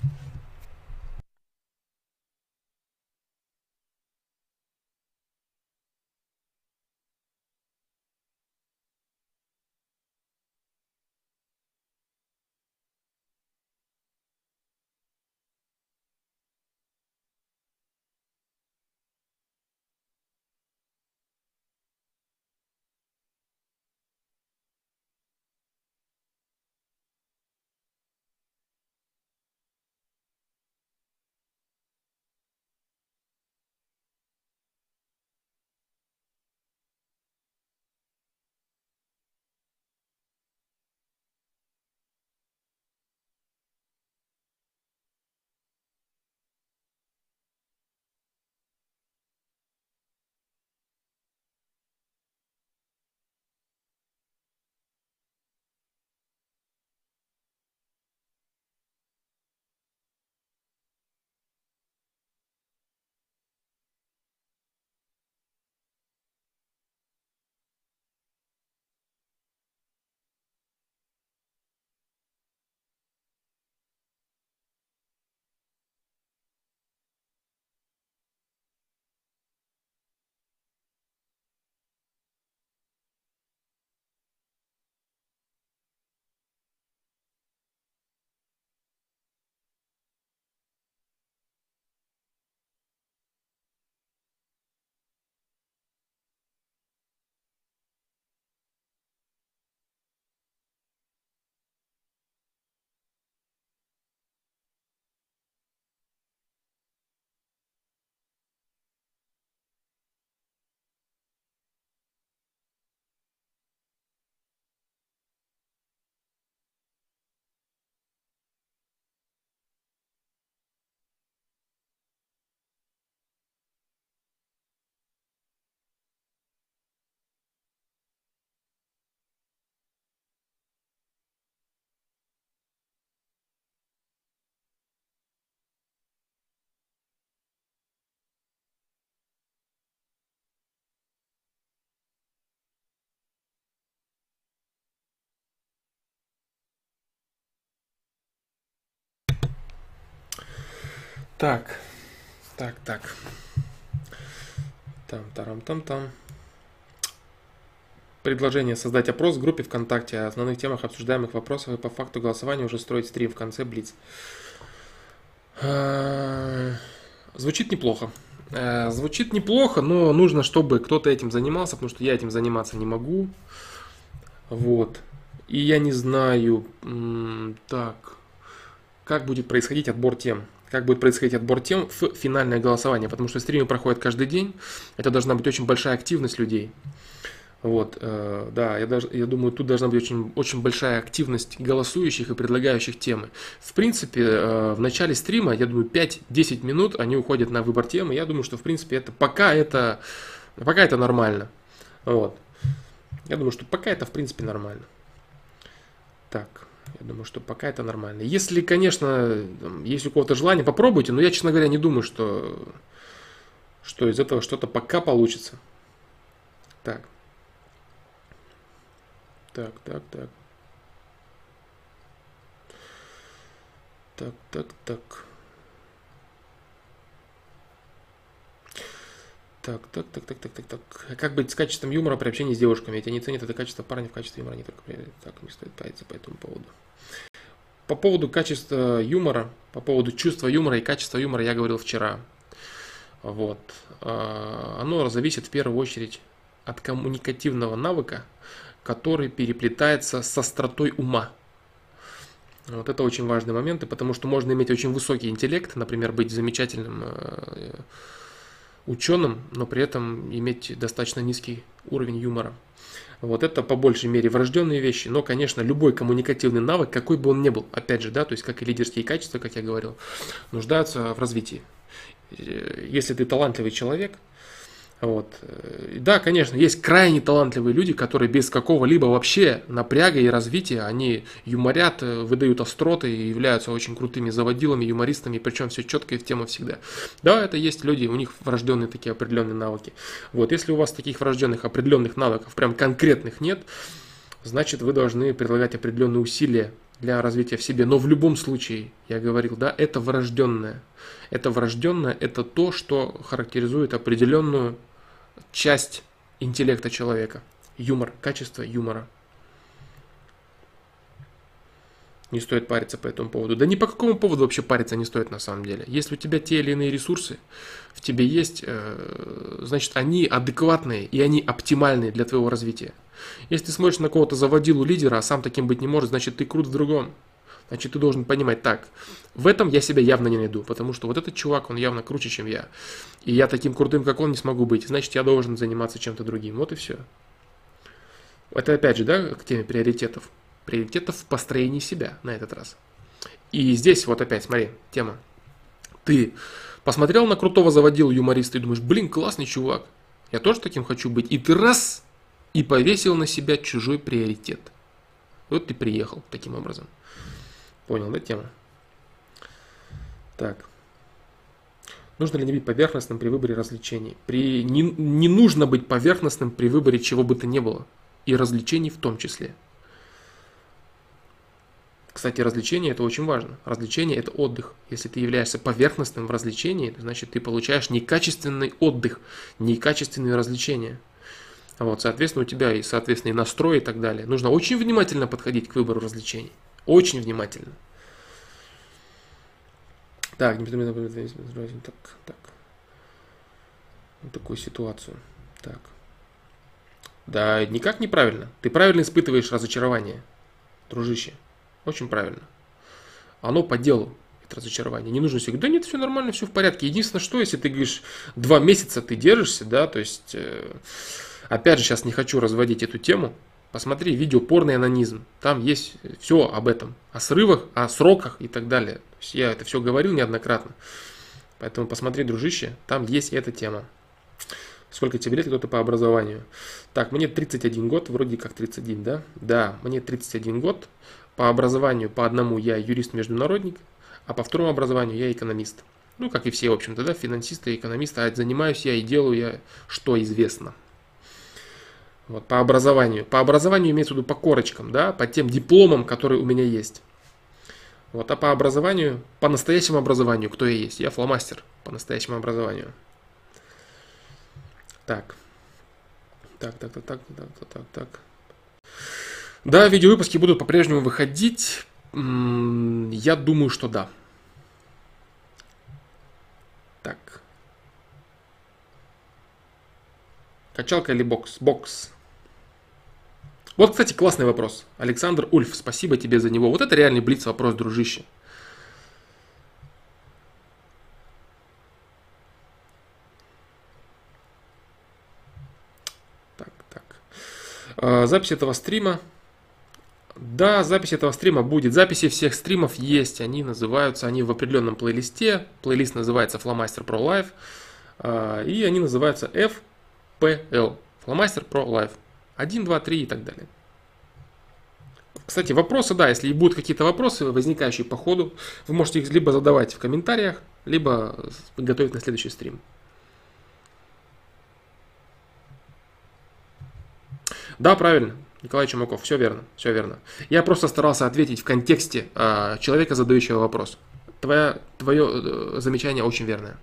Так. Там. Предложение создать опрос в группе ВКонтакте о основных темах обсуждаемых вопросов и по факту голосования уже строить стрим в конце Блиц. Звучит неплохо. Но нужно, чтобы кто-то этим занимался, потому что я этим заниматься не могу. Вот. И я не знаю, как будет происходить отбор тем. Как будет происходить отбор тем в финальное голосование, потому что стримы проходят каждый день. Это должна быть очень большая активность людей. Вот, да, я думаю, тут должна быть очень большая активность голосующих и предлагающих темы. В принципе, в начале стрима, я думаю, 5-10 минут они уходят на выбор темы. Я думаю, что, в принципе, пока это нормально. Вот. Я думаю, что пока это, в принципе, нормально. Так, я думаю, что пока это нормально. Если, конечно, есть у кого-то желание, попробуйте. Но я, честно говоря, не думаю, что из этого что-то пока получится. Так. Так. Как быть с качеством юмора при общении с девушками? Ведь они ценят это качество парня в качестве юмора, не только так, не стоит париться по этому поводу. По поводу качества юмора, по поводу чувства юмора и качества юмора я говорил вчера. Вот. Оно зависит в первую очередь от коммуникативного навыка, который переплетается с остротой ума. Вот это очень важные моменты, потому что можно иметь очень высокий интеллект, например, быть замечательным ученым, но при этом иметь достаточно низкий уровень юмора. Вот это по большей мере врожденные вещи, но, конечно, любой коммуникативный навык, какой бы он ни был, опять же, да, то есть как и лидерские качества, как я говорил, нуждаются в развитии. Если ты талантливый человек, Вот. И да, конечно, есть крайне талантливые люди, которые без какого-либо вообще напряга и развития, они юморят, выдают остроты и являются очень крутыми заводилами, юмористами, причем все четко и в тему всегда. Да, это есть люди, у них врожденные такие определенные навыки. Вот, если у вас таких врожденных определенных навыков, прям конкретных нет, значит, вы должны прилагать определенные усилия для развития в себе. Но в любом случае, я говорил, да, это врожденное. Это врожденное, это то, что характеризует определенную часть интеллекта человека. Юмор, качество юмора. Не стоит париться по этому поводу. Да ни по какому поводу вообще париться не стоит на самом деле. Если у тебя те или иные ресурсы в тебе есть, значит, они адекватные и они оптимальные для твоего развития. Если ты смотришь на кого-то заводилу лидера, а сам таким быть не может, значит, ты крут в другом. Значит, ты должен понимать, так, в этом я себя явно не найду, потому что вот этот чувак, он явно круче, чем я. И я таким крутым, как он, не смогу быть. Значит, я должен заниматься чем-то другим. Вот и все. Это опять же, да, к теме приоритетов. Приоритетов в построении себя на этот раз. И здесь вот опять, смотри, тема. Ты посмотрел на крутого заводилу юмориста и думаешь, блин, классный чувак. Я тоже таким хочу быть. И ты раз, и повесил на себя чужой приоритет. Вот ты приехал таким образом. Понял, да, тему? Так. Нужно ли не быть поверхностным при выборе развлечений? Не нужно быть поверхностным при выборе чего бы то ни было. И развлечений в том числе. Кстати, развлечение это очень важно. Развлечение это отдых. Если ты являешься поверхностным в развлечении, значит ты получаешь некачественный отдых, некачественные развлечения. Вот, соответственно, у тебя и, соответственно, и настрой и так далее. Нужно очень внимательно подходить к выбору развлечений. Очень внимательно. Так, так. Вот такую ситуацию. Так. Да, никак неправильно. Ты правильно испытываешь разочарование, дружище. Очень правильно. Оно по делу, это разочарование. Не нужно себе говорить, да нет, все нормально, все в порядке. Единственное, что если ты говоришь, 2 месяца ты держишься, да, то есть, опять же, сейчас не хочу разводить эту тему. Посмотри видео «Порный анонизм». Там есть все об этом. О срывах, о сроках и так далее. То есть я это все говорил неоднократно. Поэтому посмотри, дружище, там есть эта тема. Сколько тебе лет, кто-то по образованию? Так, мне 31 год, вроде как 31, да? Да, мне 31 год. По образованию, по одному я юрист-международник, а по второму образованию я экономист. Ну, как и все, в общем-то, да, финансисты и экономисты. А занимаюсь я и делаю я, что известно. Вот, по образованию. По образованию имеется в виду по корочкам, да, по тем дипломам, которые у меня есть. Вот, а по образованию, по настоящему образованию, кто я есть? Я фломастер по настоящему образованию. Так. Так. Да, видеовыпуски будут по-прежнему выходить. Я думаю, что да. Так. Качалка или бокс? Бокс. Вот, кстати, классный вопрос. Александр Ульф, спасибо тебе за него. Вот это реальный блиц-вопрос, дружище. Так. Запись этого стрима. Да, запись этого стрима будет. Записи всех стримов есть. Они называются, они в определенном плейлисте. Плейлист называется Flowmaster Pro Live. И они называются FPL. Flowmaster Pro Live. 1, 2, 3 и так далее. Кстати, вопросы, да, если будут какие-то вопросы, возникающие по ходу, вы можете их либо задавать в комментариях, либо готовить на следующий стрим. Да, правильно, Николай Чумаков, все верно, все верно. Я просто старался ответить в контексте человека, задающего вопрос. Твое замечание очень верное.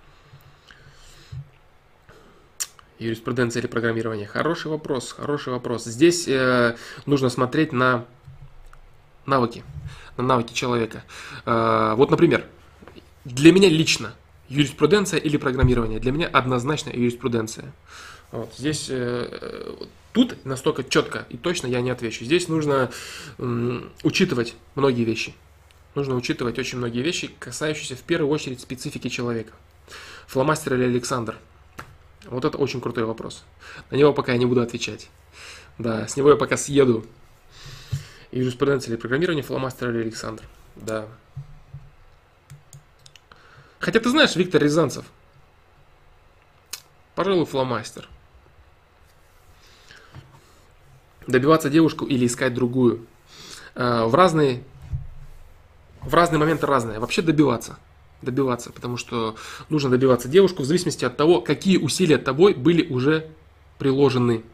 Юриспруденция или программирование? Хороший вопрос, хороший вопрос. Здесь нужно смотреть на навыки человека. Вот, например, для меня лично юриспруденция или программирование? Для меня однозначно юриспруденция. Вот, здесь, тут настолько четко и точно я не отвечу. Здесь нужно учитывать многие вещи. Нужно учитывать очень многие вещи, касающиеся в первую очередь специфики человека. Фломастер или Александр? Вот это очень крутой вопрос. На него пока я не буду отвечать. Да, с него я пока съеду. Юриспруденция или программирование, Фломастер или Александр? Да. Хотя ты знаешь, Виктор Рязанцев. Пожалуй, фломастер. Добиваться девушку или искать другую. В разные моменты разные. Вообще добиваться. Добиваться, потому что нужно добиваться девушку в зависимости от того, какие усилия тобой были уже приложены.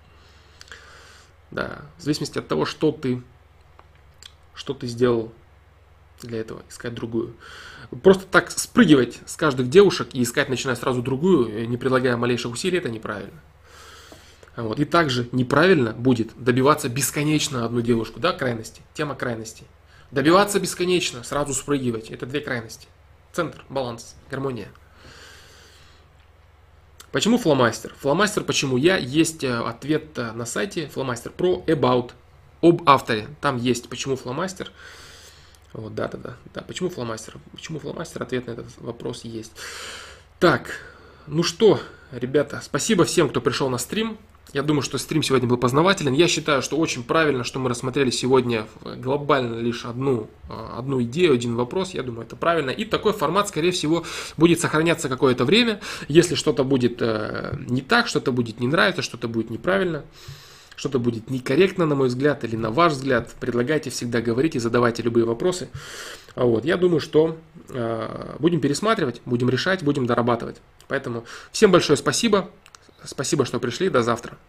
Да, в зависимости от того, что ты сделал для этого, искать другую. Просто так спрыгивать с каждых девушек и искать, начиная сразу другую, не прилагая малейших усилий, это неправильно. Вот. И также неправильно будет добиваться бесконечно одну девушку, да, крайности, тема крайностей. Добиваться бесконечно, сразу спрыгивать, это две крайности. Центр, баланс, гармония. Почему фломастер? Фломастер, почему я? Есть ответ на сайте Flowmaster Pro About, об авторе. Там есть почему фломастер. Вот, да, почему фломастер? Почему фломастер? Ответ на этот вопрос есть. Так, ну что, ребята, спасибо всем, кто пришел на стрим. Я думаю, что стрим сегодня был познавателен. Я считаю, что очень правильно, что мы рассмотрели сегодня глобально лишь одну идею, один вопрос. Я думаю, это правильно. И такой формат, скорее всего, будет сохраняться какое-то время. Если что-то будет не так, что-то будет не нравиться, что-то будет неправильно, что-то будет некорректно, на мой взгляд, или на ваш взгляд, предлагайте, всегда говорите, задавайте любые вопросы. Вот. Я думаю, что будем пересматривать, будем решать, будем дорабатывать. Поэтому всем большое спасибо. Спасибо, что пришли. До завтра.